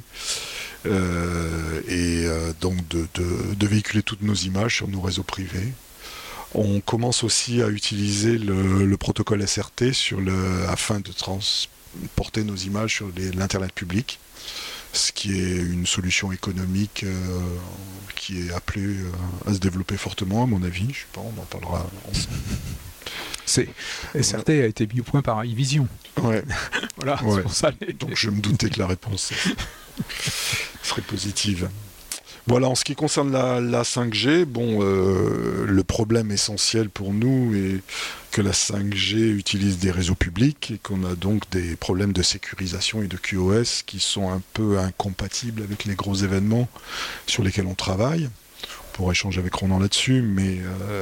donc de véhiculer toutes nos images sur nos réseaux privés. On commence aussi à utiliser le protocole SRT afin de transporter nos images sur l'Internet public, ce qui est une solution économique qui est appelée à se développer fortement, à mon avis. Je sais pas, on en parlera ensemble. SRT a été mis au point par iVision. Ouais. Voilà, ouais. c'est pour ça. Donc je me doutais que la réponse serait positive. Voilà, en ce qui concerne la 5G, le problème essentiel pour nous est que la 5G utilise des réseaux publics et qu'on a donc des problèmes de sécurisation et de QoS qui sont un peu incompatibles avec les gros événements sur lesquels on travaille. On pourra échanger avec Ronan là-dessus, mais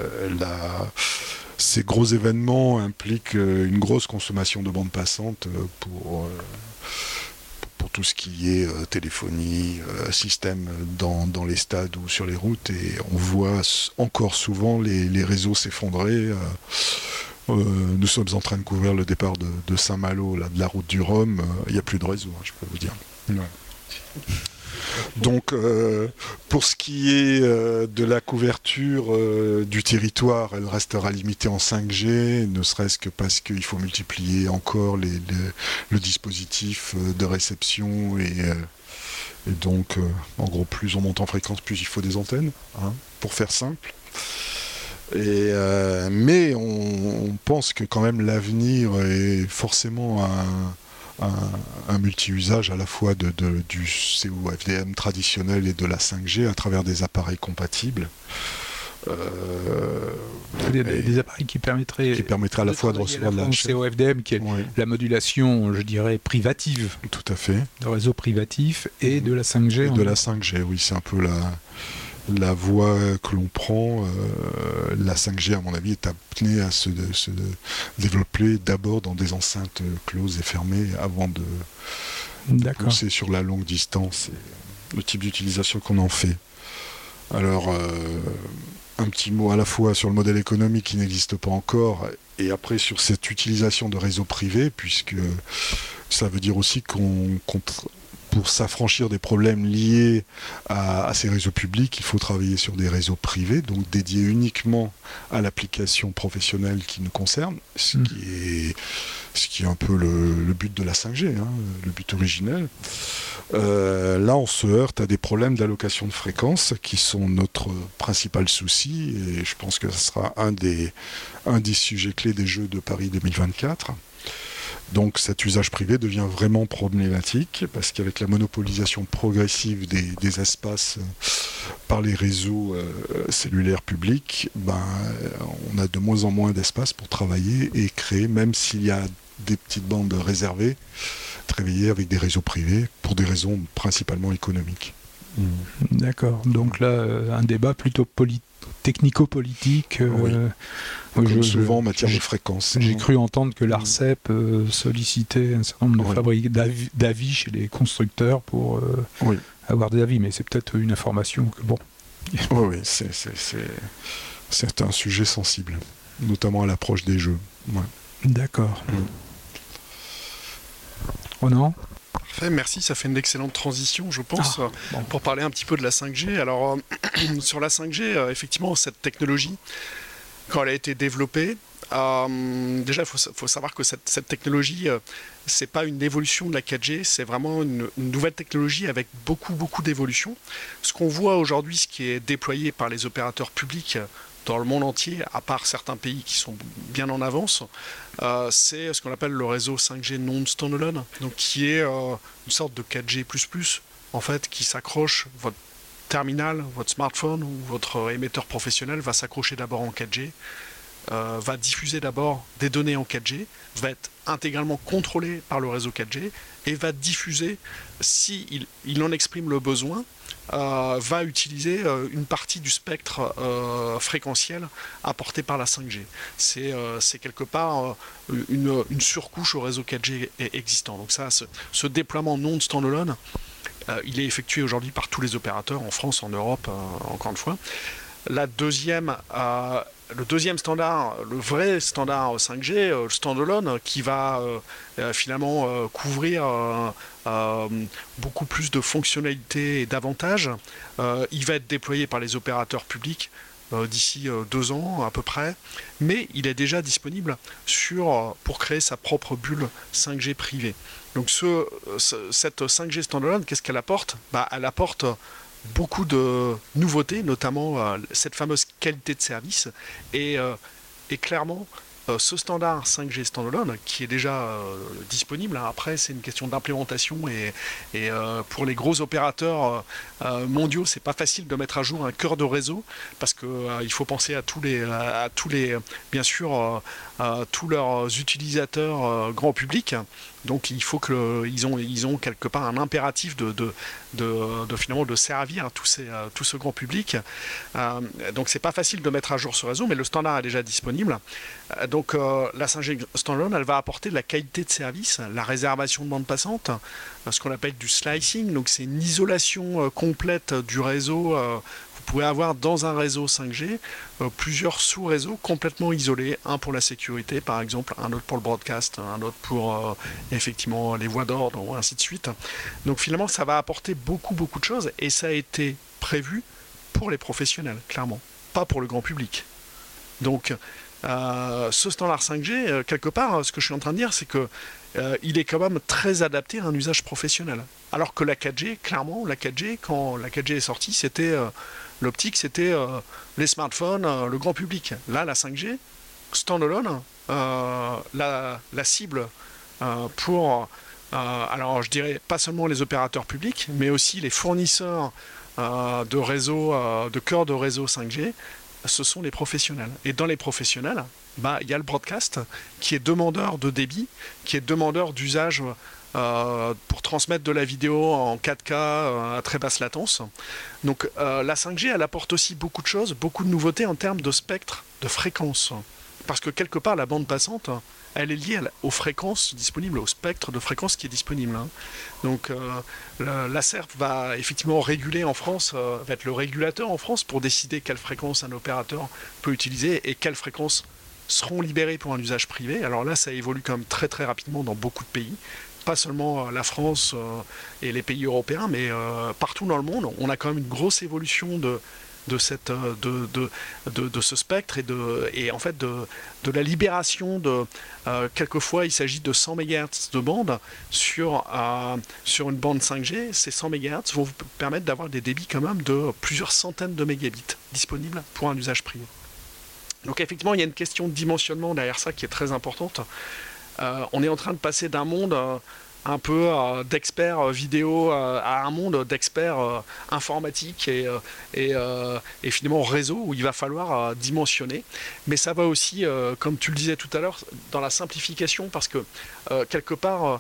ces gros événements impliquent une grosse consommation de bande passante pour tout ce qui est téléphonie, système dans les stades ou sur les routes, et on voit encore souvent les réseaux s'effondrer. Nous sommes en train de couvrir le départ de Saint-Malo, de la route du Rhum. Il n'y a plus de réseau, je peux vous dire. Ouais. Donc, pour ce qui est de la couverture du territoire, elle restera limitée en 5G, ne serait-ce que parce qu'il faut multiplier encore le dispositif de réception et donc, en gros, plus on monte en fréquence, plus il faut des antennes, pour faire simple. Mais on pense que quand même l'avenir est forcément un multi-usage à la fois du COFDM traditionnel et de la 5G à travers des appareils compatibles. Des appareils qui permettraient à la fois de recevoir de la COFDM, qui est la modulation, je dirais, privative. Tout à fait. De réseau privatif et de la 5G. Et de la 5G, oui, c'est un peu la voie que l'on prend. La 5G, à mon avis, est amenée à se développer d'abord dans des enceintes closes et fermées avant de pousser sur la longue distance et le type d'utilisation qu'on en fait. Alors, un petit mot à la fois sur le modèle économique qui n'existe pas encore, et après sur cette utilisation de réseaux privés, puisque ça veut dire aussi qu'on pour s'affranchir des problèmes liés à ces réseaux publics, il faut travailler sur des réseaux privés, donc dédiés uniquement à l'application professionnelle qui nous concerne, ce qui est un peu le but de la 5G, hein, le but originel. Là, on se heurte à des problèmes d'allocation de fréquences qui sont notre principal souci, et je pense que ce sera un des sujets clés des Jeux de Paris 2024. Donc cet usage privé devient vraiment problématique parce qu'avec la monopolisation progressive des espaces par les réseaux cellulaires publics, on a de moins en moins d'espace pour travailler et créer, même s'il y a des petites bandes réservées, travailler avec des réseaux privés pour des raisons principalement économiques. D'accord. Donc là, un débat plutôt technico-politique. Comme souvent en matière de fréquence. J'ai cru entendre que l'ARCEP sollicitait un certain nombre de fabricants d'avis chez les constructeurs pour avoir des avis, mais c'est peut-être une information que bon. Oui, c'est un sujet sensible, notamment à l'approche des jeux. Ouais. D'accord. Ronan ? Parfait, merci, ça fait une excellente transition, je pense, pour parler un petit peu de la 5G. Alors, sur la 5G, effectivement, cette technologie, quand elle a été développée, déjà, il faut savoir que cette technologie, c'est pas une évolution de la 4G, c'est vraiment une nouvelle technologie avec beaucoup d'évolutions. Ce qu'on voit aujourd'hui, ce qui est déployé par les opérateurs publics dans le monde entier, à part certains pays qui sont bien en avance, c'est ce qu'on appelle le réseau 5G non-standalone, donc qui est une sorte de 4G++, en fait, qui s'accroche, votre terminal, votre smartphone ou votre émetteur professionnel va s'accrocher d'abord en 4G, va diffuser d'abord des données en 4G, va être intégralement contrôlé par le réseau 4G et va diffuser, s'il en exprime le besoin, va utiliser une partie du spectre fréquentiel apporté par la 5G. C'est quelque part une surcouche au réseau 4G existant. Donc ça, ce déploiement non standalone, il est effectué aujourd'hui par tous les opérateurs en France, en Europe, encore une fois. Le deuxième standard, le vrai standard 5G, le standalone, qui va finalement couvrir beaucoup plus de fonctionnalités et d'avantages, il va être déployé par les opérateurs publics d'ici 2 ans à peu près, mais il est déjà disponible pour créer sa propre bulle 5G privée. Donc cette 5G standalone, qu'est-ce qu'elle apporte ? Elle apporte beaucoup de nouveautés, notamment cette fameuse qualité de service, et clairement ce standard 5G standalone qui est déjà disponible, après c'est une question d'implémentation et pour les gros opérateurs mondiaux, c'est pas facile de mettre à jour un cœur de réseau parce que il faut penser à tous les bien sûr tous leurs utilisateurs grand public. Donc il faut qu'ils ont quelque part un impératif finalement de servir tout ce grand public. Donc c'est pas facile de mettre à jour ce réseau, mais le standard est déjà disponible. Donc la 5G standalone, elle va apporter de la qualité de service, la réservation de bande passante, ce qu'on appelle du slicing. Donc c'est une isolation complète du réseau. Vous pouvez avoir dans un réseau 5G plusieurs sous-réseaux complètement isolés, un pour la sécurité par exemple, un autre pour le broadcast, un autre pour effectivement les voies d'ordre, ainsi de suite. Donc finalement ça va apporter beaucoup de choses et ça a été prévu pour les professionnels, clairement, pas pour le grand public. Donc ce standard 5G, quelque part, ce que je suis en train de dire, c'est que il est quand même très adapté à un usage professionnel. Alors que la 4G, clairement, quand la 4G est sortie, c'était l'optique, c'était les smartphones, le grand public. Là, la 5G, standalone, la cible pour, alors je dirais pas seulement les opérateurs publics, mais aussi les fournisseurs de réseaux, de cœur de réseau 5G, ce sont les professionnels. Et dans les professionnels, il y a le broadcast qui est demandeur de débit, qui est demandeur d'usage pour transmettre de la vidéo en 4K à très basse latence. Donc la 5G, elle apporte aussi beaucoup de choses, beaucoup de nouveautés en termes de spectre, de fréquence. Parce que quelque part, la bande passante, elle est liée aux fréquences disponibles, au spectre de fréquences qui est disponible. Donc l'ARCEP va effectivement réguler en France, va être le régulateur en France pour décider quelle fréquence un opérateur peut utiliser et quelles fréquences seront libérées pour un usage privé. Alors là, ça évolue quand même très rapidement dans beaucoup de pays. pas seulement la France et les pays européens, mais partout dans le monde, on a quand même une grosse évolution de ce spectre et en fait de la libération de quelquefois il s'agit de 100 MHz de bande sur une bande 5G. Ces 100 MHz vont vous permettre d'avoir des débits quand même de plusieurs centaines de mégabits disponibles pour un usage privé. Donc effectivement il y a une question de dimensionnement derrière ça qui est très importante. On est en train de passer d'un monde un peu d'experts vidéo à un monde d'experts informatiques et finalement réseau où il va falloir dimensionner. Mais ça va aussi, comme tu le disais tout à l'heure, dans la simplification parce que quelque part,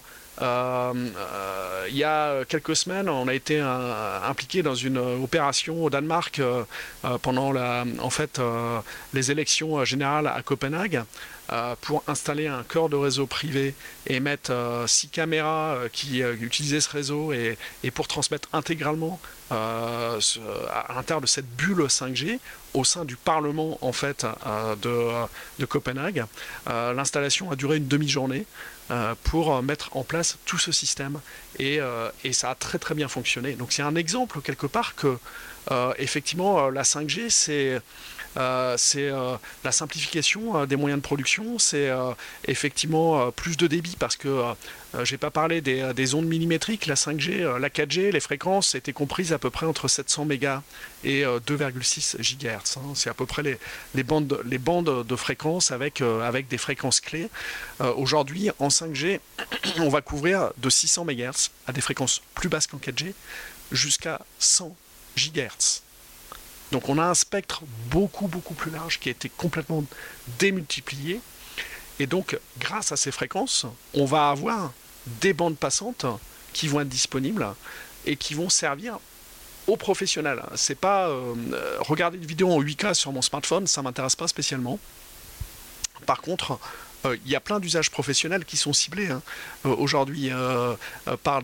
il y a quelques semaines, on a été impliqué dans une opération au Danemark pendant les élections générales à Copenhague. Pour installer un cœur de réseau privé et mettre 6 caméras qui utilisaient ce réseau et pour transmettre intégralement à l'intérieur de cette bulle 5G au sein du Parlement en fait de Copenhague. L'installation a duré une demi-journée pour mettre en place tout ce système et ça a très très bien fonctionné. Donc c'est un exemple quelque part que effectivement la 5G c'est la simplification des moyens de production, c'est effectivement plus de débit parce que j'ai pas parlé des ondes millimétriques, la 5G, la 4G, les fréquences étaient comprises à peu près entre 700 mégas et 2,6 GHz. C'est à peu près les bandes de fréquences avec des fréquences clés. Aujourd'hui, en 5G, on va couvrir de 600 MHz à des fréquences plus basses qu'en 4G jusqu'à 100 GHz. Donc on a un spectre beaucoup plus large qui a été complètement démultiplié. Et donc grâce à ces fréquences, on va avoir des bandes passantes qui vont être disponibles et qui vont servir aux professionnels. C'est pas regarder une vidéo en 8K sur mon smartphone, ça m'intéresse pas spécialement. Par contre, il y a plein d'usages professionnels qui sont ciblés aujourd'hui par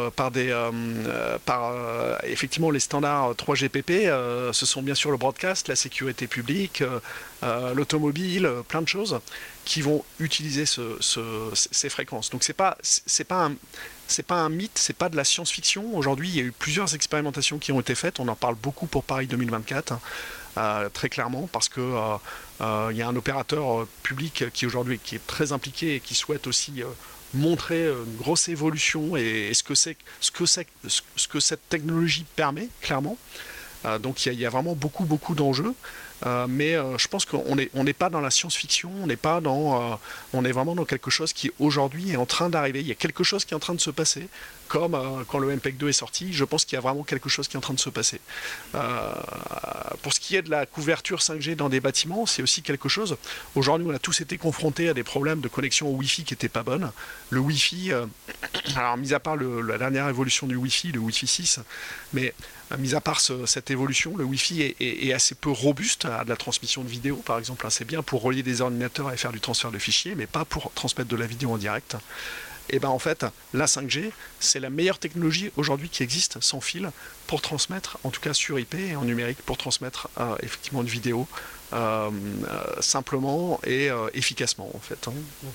effectivement les standards 3GPP. Ce sont bien sûr le broadcast, la sécurité publique, l'automobile, plein de choses qui vont utiliser ces fréquences. Donc c'est pas un mythe, c'est pas de la science-fiction. Aujourd'hui, il y a eu plusieurs expérimentations qui ont été faites. On en parle beaucoup pour Paris 2024. Très clairement parce que il y a un opérateur public qui aujourd'hui qui est très impliqué et qui souhaite aussi montrer une grosse évolution et ce que cette technologie permet clairement. Donc il y a vraiment beaucoup d'enjeux. Mais je pense qu'on n'est pas dans la science-fiction, on est vraiment dans quelque chose qui aujourd'hui est en train d'arriver. Il y a quelque chose qui est en train de se passer, comme quand le MPEG 2 est sorti, je pense qu'il y a vraiment quelque chose qui est en train de se passer. Pour ce qui est de la couverture 5G dans des bâtiments, c'est aussi quelque chose. Aujourd'hui, on a tous été confrontés à des problèmes de connexion au Wi-Fi qui n'étaient pas bonnes. Le Wi-Fi, alors mis à part la dernière évolution du Wi-Fi, le Wi-Fi 6, mais mis à part cette évolution, le Wi-Fi est assez peu robuste à de la transmission de vidéo, par exemple. C'est bien pour relier des ordinateurs et faire du transfert de fichiers, mais pas pour transmettre de la vidéo en direct. Et bien en fait, la 5G, c'est la meilleure technologie aujourd'hui qui existe sans fil pour transmettre, en tout cas sur IP et en numérique, pour transmettre effectivement une vidéo simplement et efficacement en fait.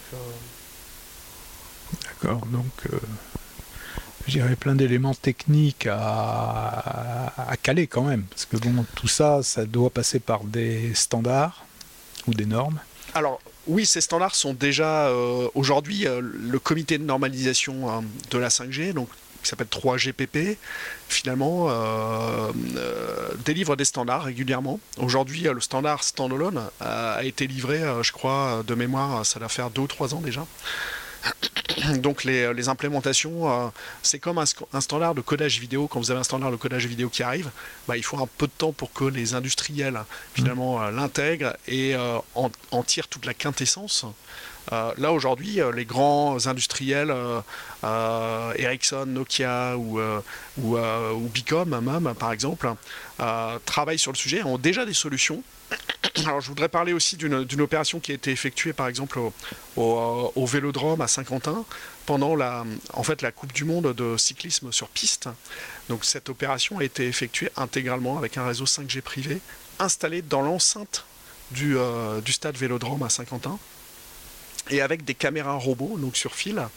D'accord, donc je dirais plein d'éléments techniques à caler quand même, parce que bon, tout ça, ça doit passer par des standards ou des normes. Alors, oui, ces standards sont déjà aujourd'hui le comité de normalisation de la 5G, donc qui s'appelle 3GPP, finalement délivre des standards régulièrement. Aujourd'hui, le standard standalone a été livré, je crois, de mémoire, ça doit faire 2 ou 3 ans déjà. Donc les implémentations, c'est comme un standard de codage vidéo. Quand vous avez un standard de codage vidéo qui arrive, il faut un peu de temps pour que les industriels finalement l'intègrent et en tirent toute la quintessence. Là aujourd'hui, les grands industriels, Ericsson, Nokia ou Bicom même par exemple, travaillent sur le sujet, ont déjà des solutions. Alors je voudrais parler aussi d'une opération qui a été effectuée par exemple au Vélodrome à Saint-Quentin pendant la Coupe du Monde de cyclisme sur piste. Donc cette opération a été effectuée intégralement avec un réseau 5G privé installé dans l'enceinte du stade Vélodrome à Saint-Quentin et avec des caméras robots donc sur fil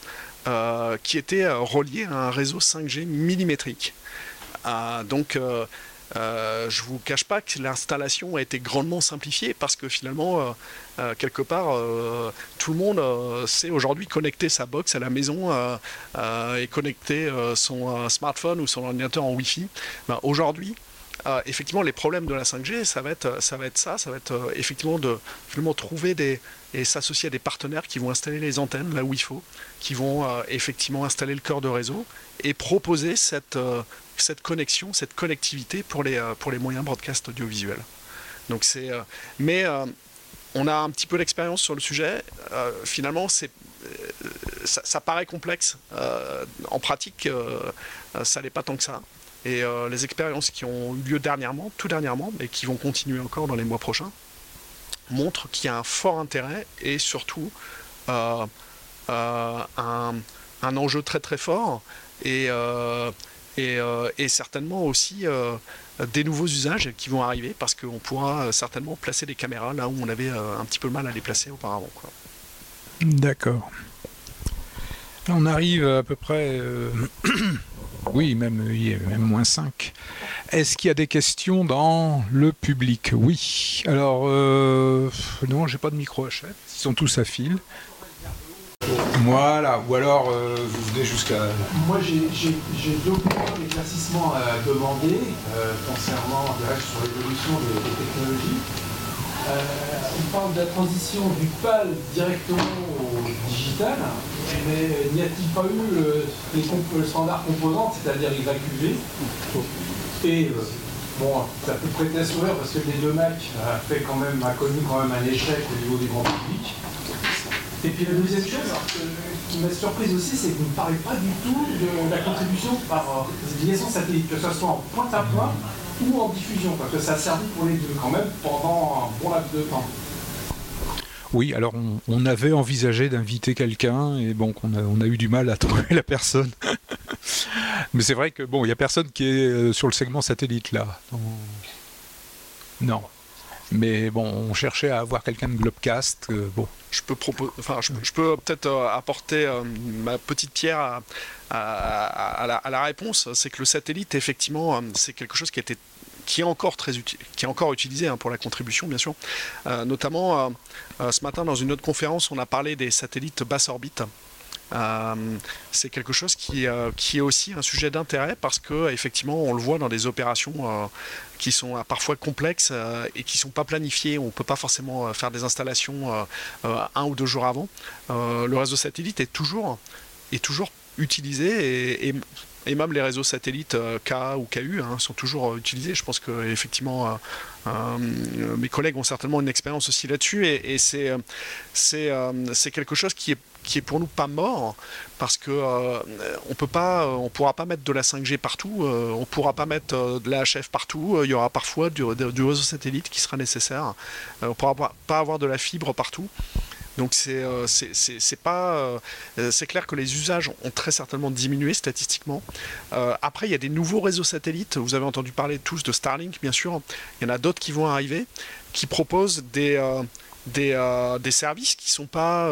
qui était relié à un réseau 5G millimétrique. Donc, je vous cache pas que l'installation a été grandement simplifiée parce que finalement, quelque part, tout le monde sait aujourd'hui connecter sa box à la maison et connecter son smartphone ou son ordinateur en Wi-Fi. Aujourd'hui, effectivement, les problèmes de la 5G, ça va être effectivement de finalement trouver et s'associer à des partenaires qui vont installer les antennes là où il faut, qui vont effectivement installer le cœur de réseau et proposer cette connexion, cette connectivité pour les moyens broadcast audiovisuels. Donc mais on a un petit peu d'expérience sur le sujet. Finalement, ça paraît complexe. En pratique, ça n'est pas tant que ça. Et les expériences qui ont eu lieu tout dernièrement, et qui vont continuer encore dans les mois prochains, montrent qu'il y a un fort intérêt et surtout un enjeu très très fort et certainement aussi des nouveaux usages qui vont arriver parce qu'on pourra certainement placer des caméras là où on avait un petit peu mal à les placer auparavant, quoi. D'accord. On arrive à peu près... Oui, même moins 5. Est-ce qu'il y a des questions dans le public? Oui. Alors, non, j'ai pas de micro à chef. Ils sont tous à fil. Voilà. Ou alors, vous venez jusqu'à... Moi, j'ai 2 points d'éclaircissement à demander concernant sur l'évolution des technologies. On parle de la transition du PAL directement au digital, mais n'y a-t-il pas eu le standard composante, c'est-à-dire XAQV? Et bon, ça peut prêter à sourire parce que les 2 Mac a connu quand même un échec au niveau du grand public. Et puis la deuxième chose, qui m'a surprise aussi, c'est que vous ne parlez pas du tout de la contribution par liaison satellite, que ce soit en point à point ou en diffusion, parce que ça a servi pour les deux quand même pendant un bon laps de temps. Oui, alors on avait envisagé d'inviter quelqu'un et bon, on a eu du mal à trouver la personne. Mais c'est vrai que bon, il n'y a personne qui est sur le segment satellite là. Non. Mais bon, on cherchait à avoir quelqu'un de Globcast. Bon. Je peux peut-être apporter ma petite pierre à la réponse. C'est que le satellite, effectivement, c'est quelque chose qui est encore très utile, qui est encore utilisé pour la contribution, bien sûr. Notamment, ce matin, dans une autre conférence, on a parlé des satellites basse orbite. C'est quelque chose qui est aussi un sujet d'intérêt parce que effectivement on le voit dans des opérations qui sont parfois complexes et qui ne sont pas planifiées. On ne peut pas forcément faire des installations 1 ou 2 jours avant. Le réseau satellite est toujours utilisé et même les réseaux satellites KA ou KU sont toujours utilisés. Je pense que effectivement mes collègues ont certainement une expérience aussi là-dessus et c'est quelque chose qui est pour nous pas mort parce que on pourra pas mettre de la 5G partout, on pourra pas mettre de la HF partout, il y aura parfois du réseau satellite qui sera nécessaire, on pourra pas avoir de la fibre partout. Donc c'est clair que les usages ont très certainement diminué statistiquement. Après, il y a des nouveaux réseaux satellites. Vous avez entendu parler tous de Starlink, bien sûr. Il y en a d'autres qui vont arriver, qui proposent des services qui sont pas,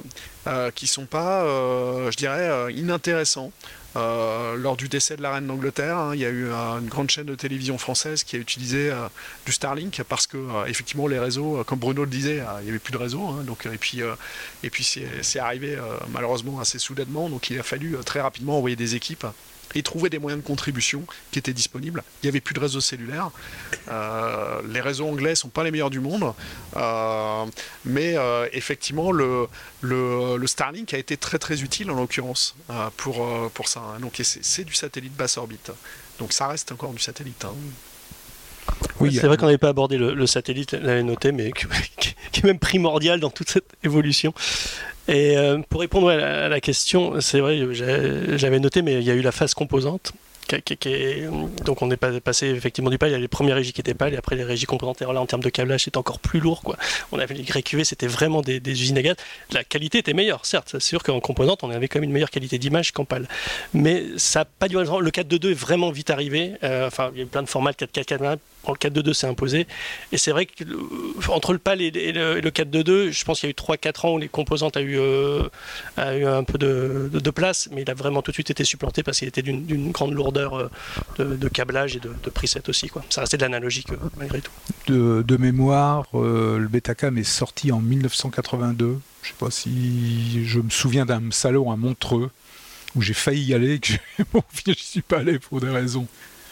je dirais, inintéressants. Lors du décès de la reine d'Angleterre, il y a eu une grande chaîne de télévision française qui a utilisé du Starlink parce que effectivement les réseaux, comme Bruno le disait, il n'y avait plus de réseau, et puis c'est arrivé malheureusement assez soudainement, donc il a fallu très rapidement envoyer des équipes et trouver des moyens de contribution qui étaient disponibles. Il n'y avait plus de réseau cellulaire. Les réseaux anglais ne sont pas les meilleurs du monde. Mais effectivement, le Starlink a été très très utile en l'occurrence pour ça. Donc c'est du satellite basse orbite. Donc ça reste encore du satellite. Oui, c'est vrai qu'on n'avait pas abordé le satellite, l'avait noté, mais qui est même primordial dans toute cette évolution. Et pour répondre à la question, c'est vrai, j'avais noté, mais il y a eu la phase composante. Donc on est passé effectivement du PAL, il y a les premières régies qui étaient PAL et après les régies composantes. Et là en termes de câblage c'était encore plus lourd, quoi. On avait les YQV, c'était vraiment des usines à gaz. La qualité était meilleure, certes, c'est sûr qu'en composante on avait quand même une meilleure qualité d'image qu'en PAL. Mais ça n'a pas duré longtemps. Le 4.2.2 est vraiment vite arrivé. Il y a eu plein de formats, le 4.4.4.1 le 4.2.2 s'est imposé. Et c'est vrai que entre le PAL et le 4.2.2, je pense qu'il y a eu 3-4 ans où les composantes a eu un peu de place, mais il a vraiment tout de suite été supplanté parce qu'il était d'une grande lourdeur de câblage et de preset aussi, quoi. Ça restait de l'analogique malgré tout. De mémoire, le Betacam est sorti en 1982. Je sais pas si je me souviens d'un salon à Montreux où j'ai failli y aller et que bon, je suis pas allé pour des raisons.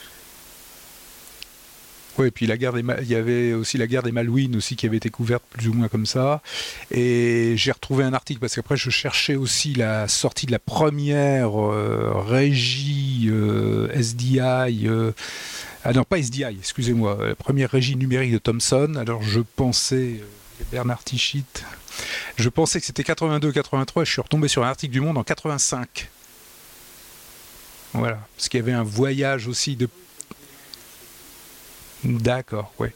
Oui, et puis il y avait aussi la guerre des Malouines aussi qui avait été couverte plus ou moins comme ça. Et j'ai retrouvé un article parce qu'après je cherchais aussi la sortie de la première régie SDI. Ah non, pas SDI, excusez-moi. La première régie numérique de Thomson. Alors je pensais, Bernard Tichit, je pensais que c'était 82-83 et je suis retombé sur un article du Monde en 85. Voilà, parce qu'il y avait un voyage aussi de... D'accord, oui.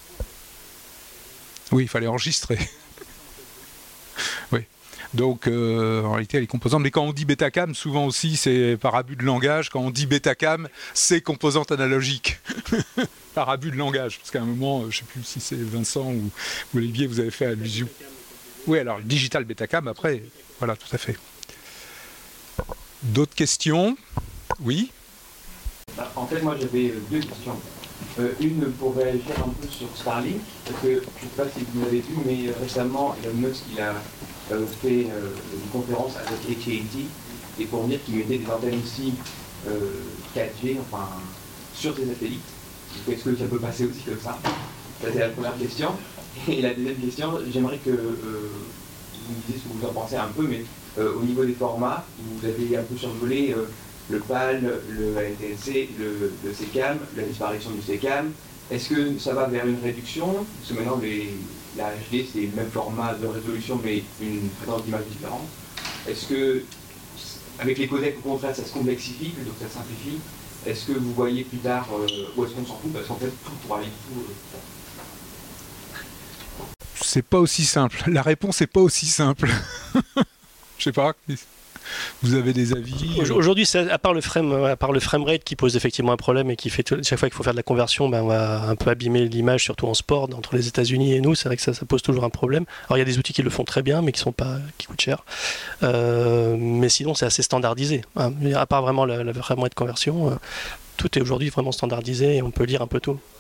Oui, il fallait enregistrer. Oui. Donc, en réalité, les composantes. Mais quand on dit Betacam, souvent aussi, c'est par abus de langage. Quand on dit Betacam, c'est composante analogique. Par abus de langage. Parce qu'à un moment, je ne sais plus si c'est Vincent ou Olivier, vous avez fait allusion. Oui, alors, le digital Betacam, après, voilà, tout à fait. D'autres questions? Oui. En fait, moi, j'avais deux questions. Une pour réagir un peu sur Starlink, parce que je ne sais pas si vous l'avez vu, mais récemment, Elon Musk il a fait une conférence avec AT&T et pour dire qu'il mettait des antennes aussi 4G, enfin, sur ses satellites. Est-ce que ça peut passer aussi comme ça? Ça, c'est la première question. Et la deuxième question, j'aimerais que vous me disiez ce que vous en pensez un peu, mais au niveau des formats, vous avez un peu survolé le PAL, le ANTSC, le SECAM, la disparition du SECAM. Est-ce que ça va vers une réduction? Parce que maintenant, la HD, c'est le même format de résolution, mais une fréquence d'image différente. Est-ce que, avec les codecs, au contraire, ça se complexifie plutôt que ça simplifie? Est-ce que vous voyez plus tard, ou est-ce qu'on s'en fout? Parce qu'en fait, tout pour aller tout... C'est pas aussi simple. La réponse n'est pas aussi simple. Je sais pas. Vous avez des avis? Aujourd'hui, à part le framerate qui pose effectivement un problème et qui fait chaque fois qu'il faut faire de la conversion, on va un peu abîmer l'image, surtout en sport, entre les États-Unis et nous. C'est vrai que ça pose toujours un problème. Alors il y a des outils qui le font très bien, mais qui coûtent cher. Mais sinon, c'est assez standardisé. Hein. À part vraiment la framerate conversion, tout est aujourd'hui vraiment standardisé et on peut lire un peu tout.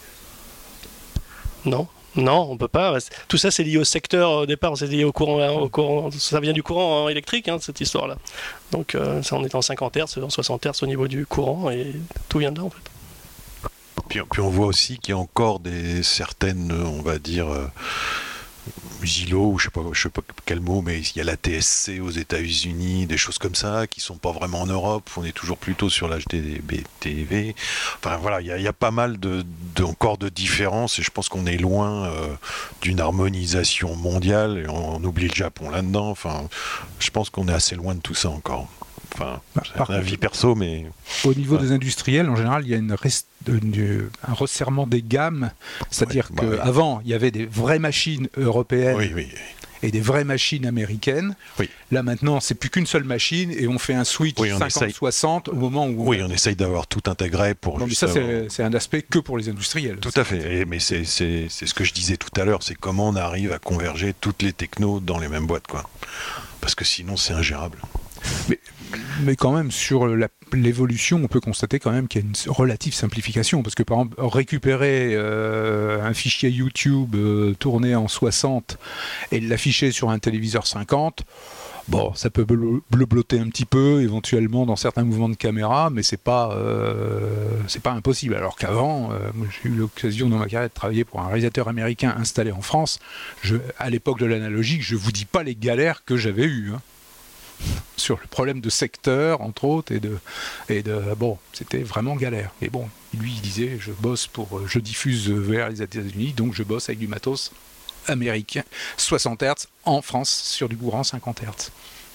Non, on peut pas. Tout ça, c'est lié au secteur au départ, c'est lié au courant. Ça vient du courant électrique, cette histoire-là. Donc, ça, on est en 50 Hz, en 60 Hz au niveau du courant, et tout vient de là, en fait. Puis on voit aussi qu'il y a encore certaines, on va dire, îlots, je sais pas quel mot, mais il y a la TSC aux États-Unis, des choses comme ça qui sont pas vraiment en Europe. On est toujours plutôt sur l'HDBTV. Enfin voilà, il y a pas mal encore de différences et je pense qu'on est loin d'une harmonisation mondiale et on oublie le Japon là-dedans. Enfin, je pense qu'on est assez loin de tout ça encore. Enfin, c'est un avis perso, mais... Au niveau des industriels, en général, il y a un resserrement des gammes. C'est-à-dire qu'avant, il y avait des vraies machines européennes et des vraies machines américaines. Oui. Là, maintenant, c'est plus qu'une seule machine et on fait un switch 50-60 au moment où... Oui, on essaye d'avoir tout intégré pour... Donc ça, c'est un aspect que pour les industriels. Tout à fait. Mais c'est ce que je disais tout à l'heure, c'est comment on arrive à converger toutes les technos dans les mêmes boîtes, quoi. Parce que sinon, c'est ingérable. Mais quand même, sur l'évolution, on peut constater quand même qu'il y a une relative simplification. Parce que par exemple, récupérer un fichier YouTube tourné en 60 et l'afficher sur un téléviseur 50, bon, ça peut bleu-blotter un petit peu, éventuellement dans certains mouvements de caméra, mais c'est pas impossible. Alors qu'avant, j'ai eu l'occasion dans ma carrière de travailler pour un réalisateur américain installé en France. À l'époque de l'analogique, je vous dis pas les galères que j'avais eues. Sur le problème de secteur, entre autres, bon, c'était vraiment galère. Et bon, lui, il disait, je diffuse vers les États-Unis, donc je bosse avec du matos américain, 60 Hz en France, sur du courant 50 Hz.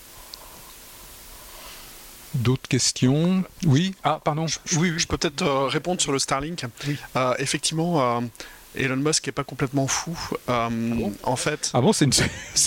D'autres questions? Oui. Ah, pardon. Oui. Je peux peut-être répondre sur le Starlink. Oui. Effectivement, Elon Musk n'est pas complètement fou. En fait. Ah bon,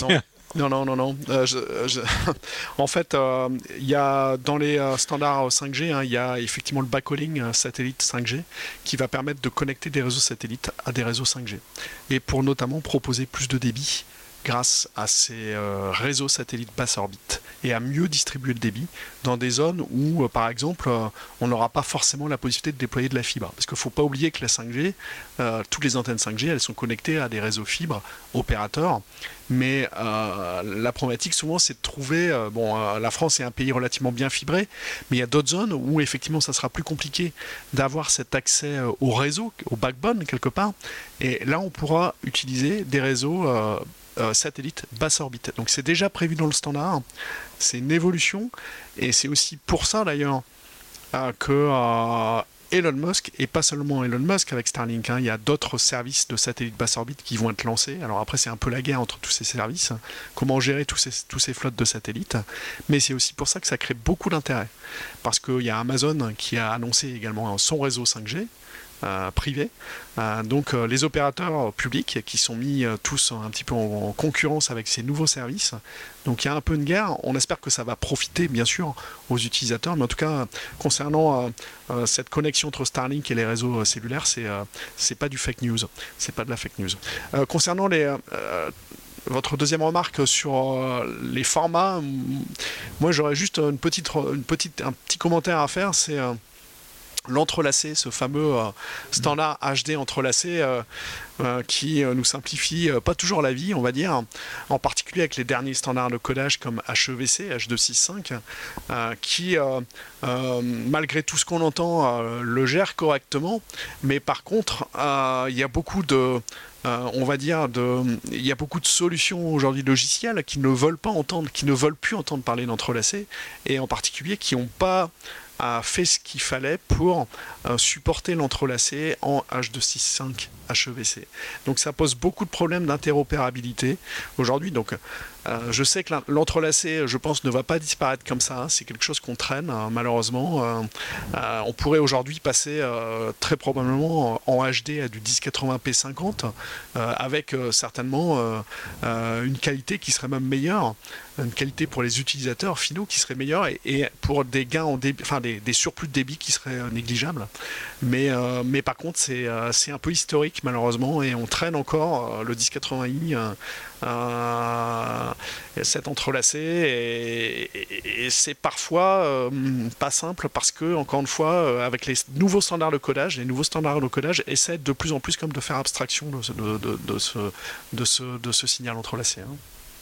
Non. En fait, il y a dans les standards 5G, hein, il y a effectivement le backhauling satellite 5G qui va permettre de connecter des réseaux satellites à des réseaux 5G et pour notamment proposer plus de débit grâce à ces réseaux satellites basse orbite et à mieux distribuer le débit dans des zones où, par exemple, on n'aura pas forcément la possibilité de déployer de la fibre. Parce qu'il ne faut pas oublier que la 5G, toutes les antennes 5G, elles sont connectées à des réseaux fibres opérateurs. Mais la problématique souvent, c'est de trouver... la France est un pays relativement bien fibré, mais il y a d'autres zones où effectivement, ça sera plus compliqué d'avoir cet accès au réseau, au backbone quelque part. Et là, on pourra utiliser des réseaux... satellite basse orbite. Donc c'est déjà prévu dans le standard, c'est une évolution, et c'est aussi pour ça d'ailleurs que Elon Musk, et pas seulement Elon Musk avec Starlink, hein, il y a d'autres services de satellite basse orbite qui vont être lancés. Alors après c'est un peu la guerre entre tous ces services, comment gérer tous ces flottes de satellites, mais c'est aussi pour ça que ça crée beaucoup d'intérêt, parce qu'il y a Amazon qui a annoncé également son réseau 5G, privé. Donc les opérateurs publics qui sont mis tous un petit peu en concurrence avec ces nouveaux services. Donc il y a un peu une guerre. On espère que ça va profiter bien sûr aux utilisateurs, mais en tout cas concernant cette connexion entre Starlink et les réseaux cellulaires, c'est pas du fake news. C'est pas de la fake news. Concernant votre deuxième remarque sur les formats, moi j'aurais juste un petit commentaire à faire, c'est l'entrelacé, ce fameux standard HD entrelacé qui nous simplifie pas toujours la vie, on va dire, en particulier avec les derniers standards de codage comme HEVC, H265, qui, malgré tout ce qu'on entend, le gère correctement, mais par contre, il y a beaucoup de... il y a beaucoup de solutions aujourd'hui logicielles qui ne veulent pas entendre, qui ne veulent plus entendre parler d'entrelacé, et en particulier qui n'ont pas fait ce qu'il fallait pour supporter l'entrelacé en H265 HEVC. Donc ça pose beaucoup de problèmes d'interopérabilité aujourd'hui. Donc je sais que l'entrelacé, je pense, ne va pas disparaître comme ça. Hein. C'est quelque chose qu'on traîne, malheureusement. On pourrait aujourd'hui passer très probablement en HD à du 1080p50 avec certainement une qualité qui serait même meilleure, une qualité pour les utilisateurs finaux qui serait meilleure et pour des gains en débit, enfin des surplus de débit qui seraient négligeables. Mais par contre, c'est un peu historique malheureusement et on traîne encore le 1080i cet entrelacé et c'est parfois pas simple parce que encore une fois avec les nouveaux standards de codage, essaient de plus en plus comme de faire abstraction de ce signal entrelacé. Hein.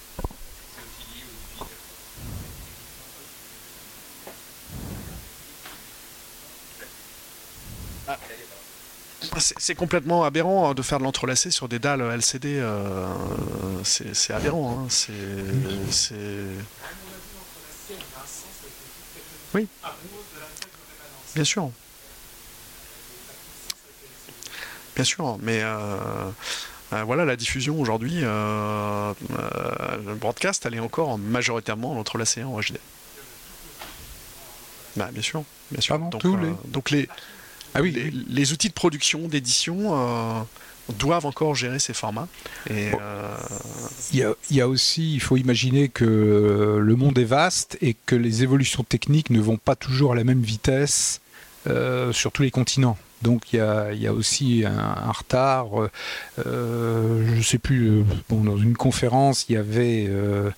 C'est complètement aberrant de faire de l'entrelacé sur des dalles LCD. C'est aberrant. Hein. Oui. Bien sûr. Bien sûr, mais voilà, la diffusion aujourd'hui, le broadcast, elle est encore majoritairement en entrelacé en HD. Bah, bien sûr. Donc les outils de production, d'édition doivent encore gérer ces formats. Et, il y a aussi, il faut imaginer que le monde est vaste et que les évolutions techniques ne vont pas toujours à la même vitesse sur tous les continents. Donc il y a aussi un retard. Je ne sais plus, dans une conférence, il y avait...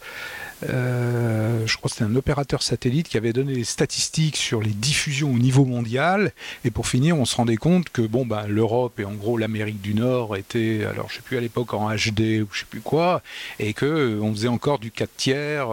je crois que c'était un opérateur satellite qui avait donné des statistiques sur les diffusions au niveau mondial et pour finir on se rendait compte que l'Europe et en gros l'Amérique du Nord étaient, alors je sais plus à l'époque en HD ou je sais plus quoi, et que on faisait encore du 4/3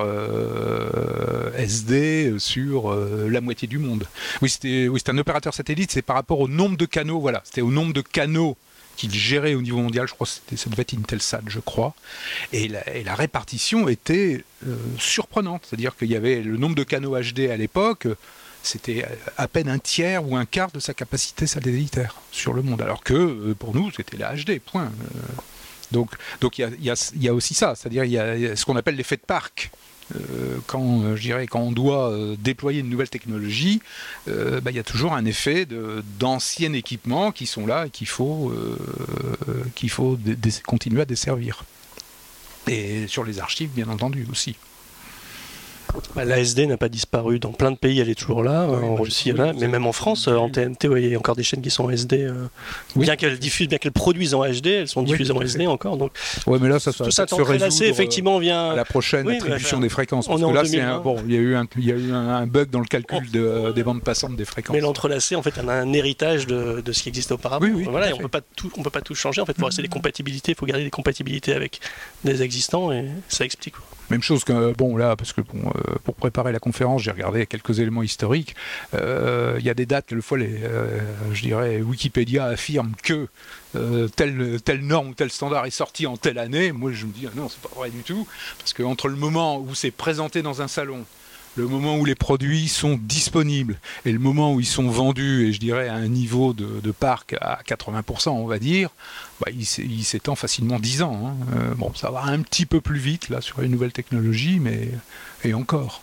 SD sur la moitié du monde. Oui, c'était un opérateur satellite, c'est par rapport au nombre de canaux, voilà, c'était au nombre de canaux qu'il gérait au niveau mondial, je crois que ça devait être Intelsat, je crois, et la répartition était surprenante, c'est-à-dire qu'il y avait le nombre de canaux HD à l'époque, c'était à peine un tiers ou un quart de sa capacité satellitaire sur le monde, alors que pour nous c'était la HD, point. Donc il y a aussi ça, c'est-à-dire il y a ce qu'on appelle l'effet de parc. Quand on doit déployer une nouvelle technologie, il y a toujours un effet d'anciens équipements qui sont là et qu'il faut continuer à desservir. Et sur les archives, bien entendu, aussi. L'ASD n'a pas disparu. Dans plein de pays, elle est toujours là. En Russie, il y en a. Mais même en France, en TNT, il y a encore des chaînes qui sont en SD. Bien qu'elles diffusent, bien qu'elles produisent en HD, elles sont diffusées en SD encore. Donc, mais là, ça tout ça se résoudre effectivement, vient à la prochaine attribution des fréquences. Parce que là, il y a eu un bug dans le calcul des bandes passantes des fréquences. Mais l'entrelacé, en fait, on a un héritage de ce qui existait auparavant. Voilà, et on peut pas tout changer. En fait, pour rester des compatibilités, il faut garder des compatibilités avec des existants, et ça explique. Même chose que, parce que pour préparer la conférence, j'ai regardé quelques éléments historiques. Il y a des dates, quelquefois, je dirais, Wikipédia affirme que telle norme ou tel standard est sorti en telle année. Moi, je me dis, non, c'est pas vrai du tout. Parce qu'entre le moment où c'est présenté dans un salon, le moment où les produits sont disponibles et le moment où ils sont vendus, et je dirais à un niveau de parc à 80%, on va dire, il s'étend facilement 10 ans. Ça va un petit peu plus vite là sur les nouvelles technologies, mais et encore.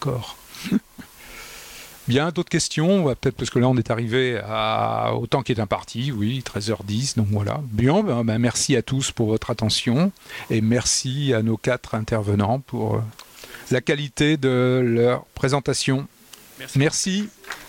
Bien, d'autres questions? Peut-être parce que là on est arrivé au temps qui est imparti, 13h10, donc voilà. Bien, merci à tous pour votre attention et merci à nos 4 intervenants pour la qualité de leur présentation. Merci.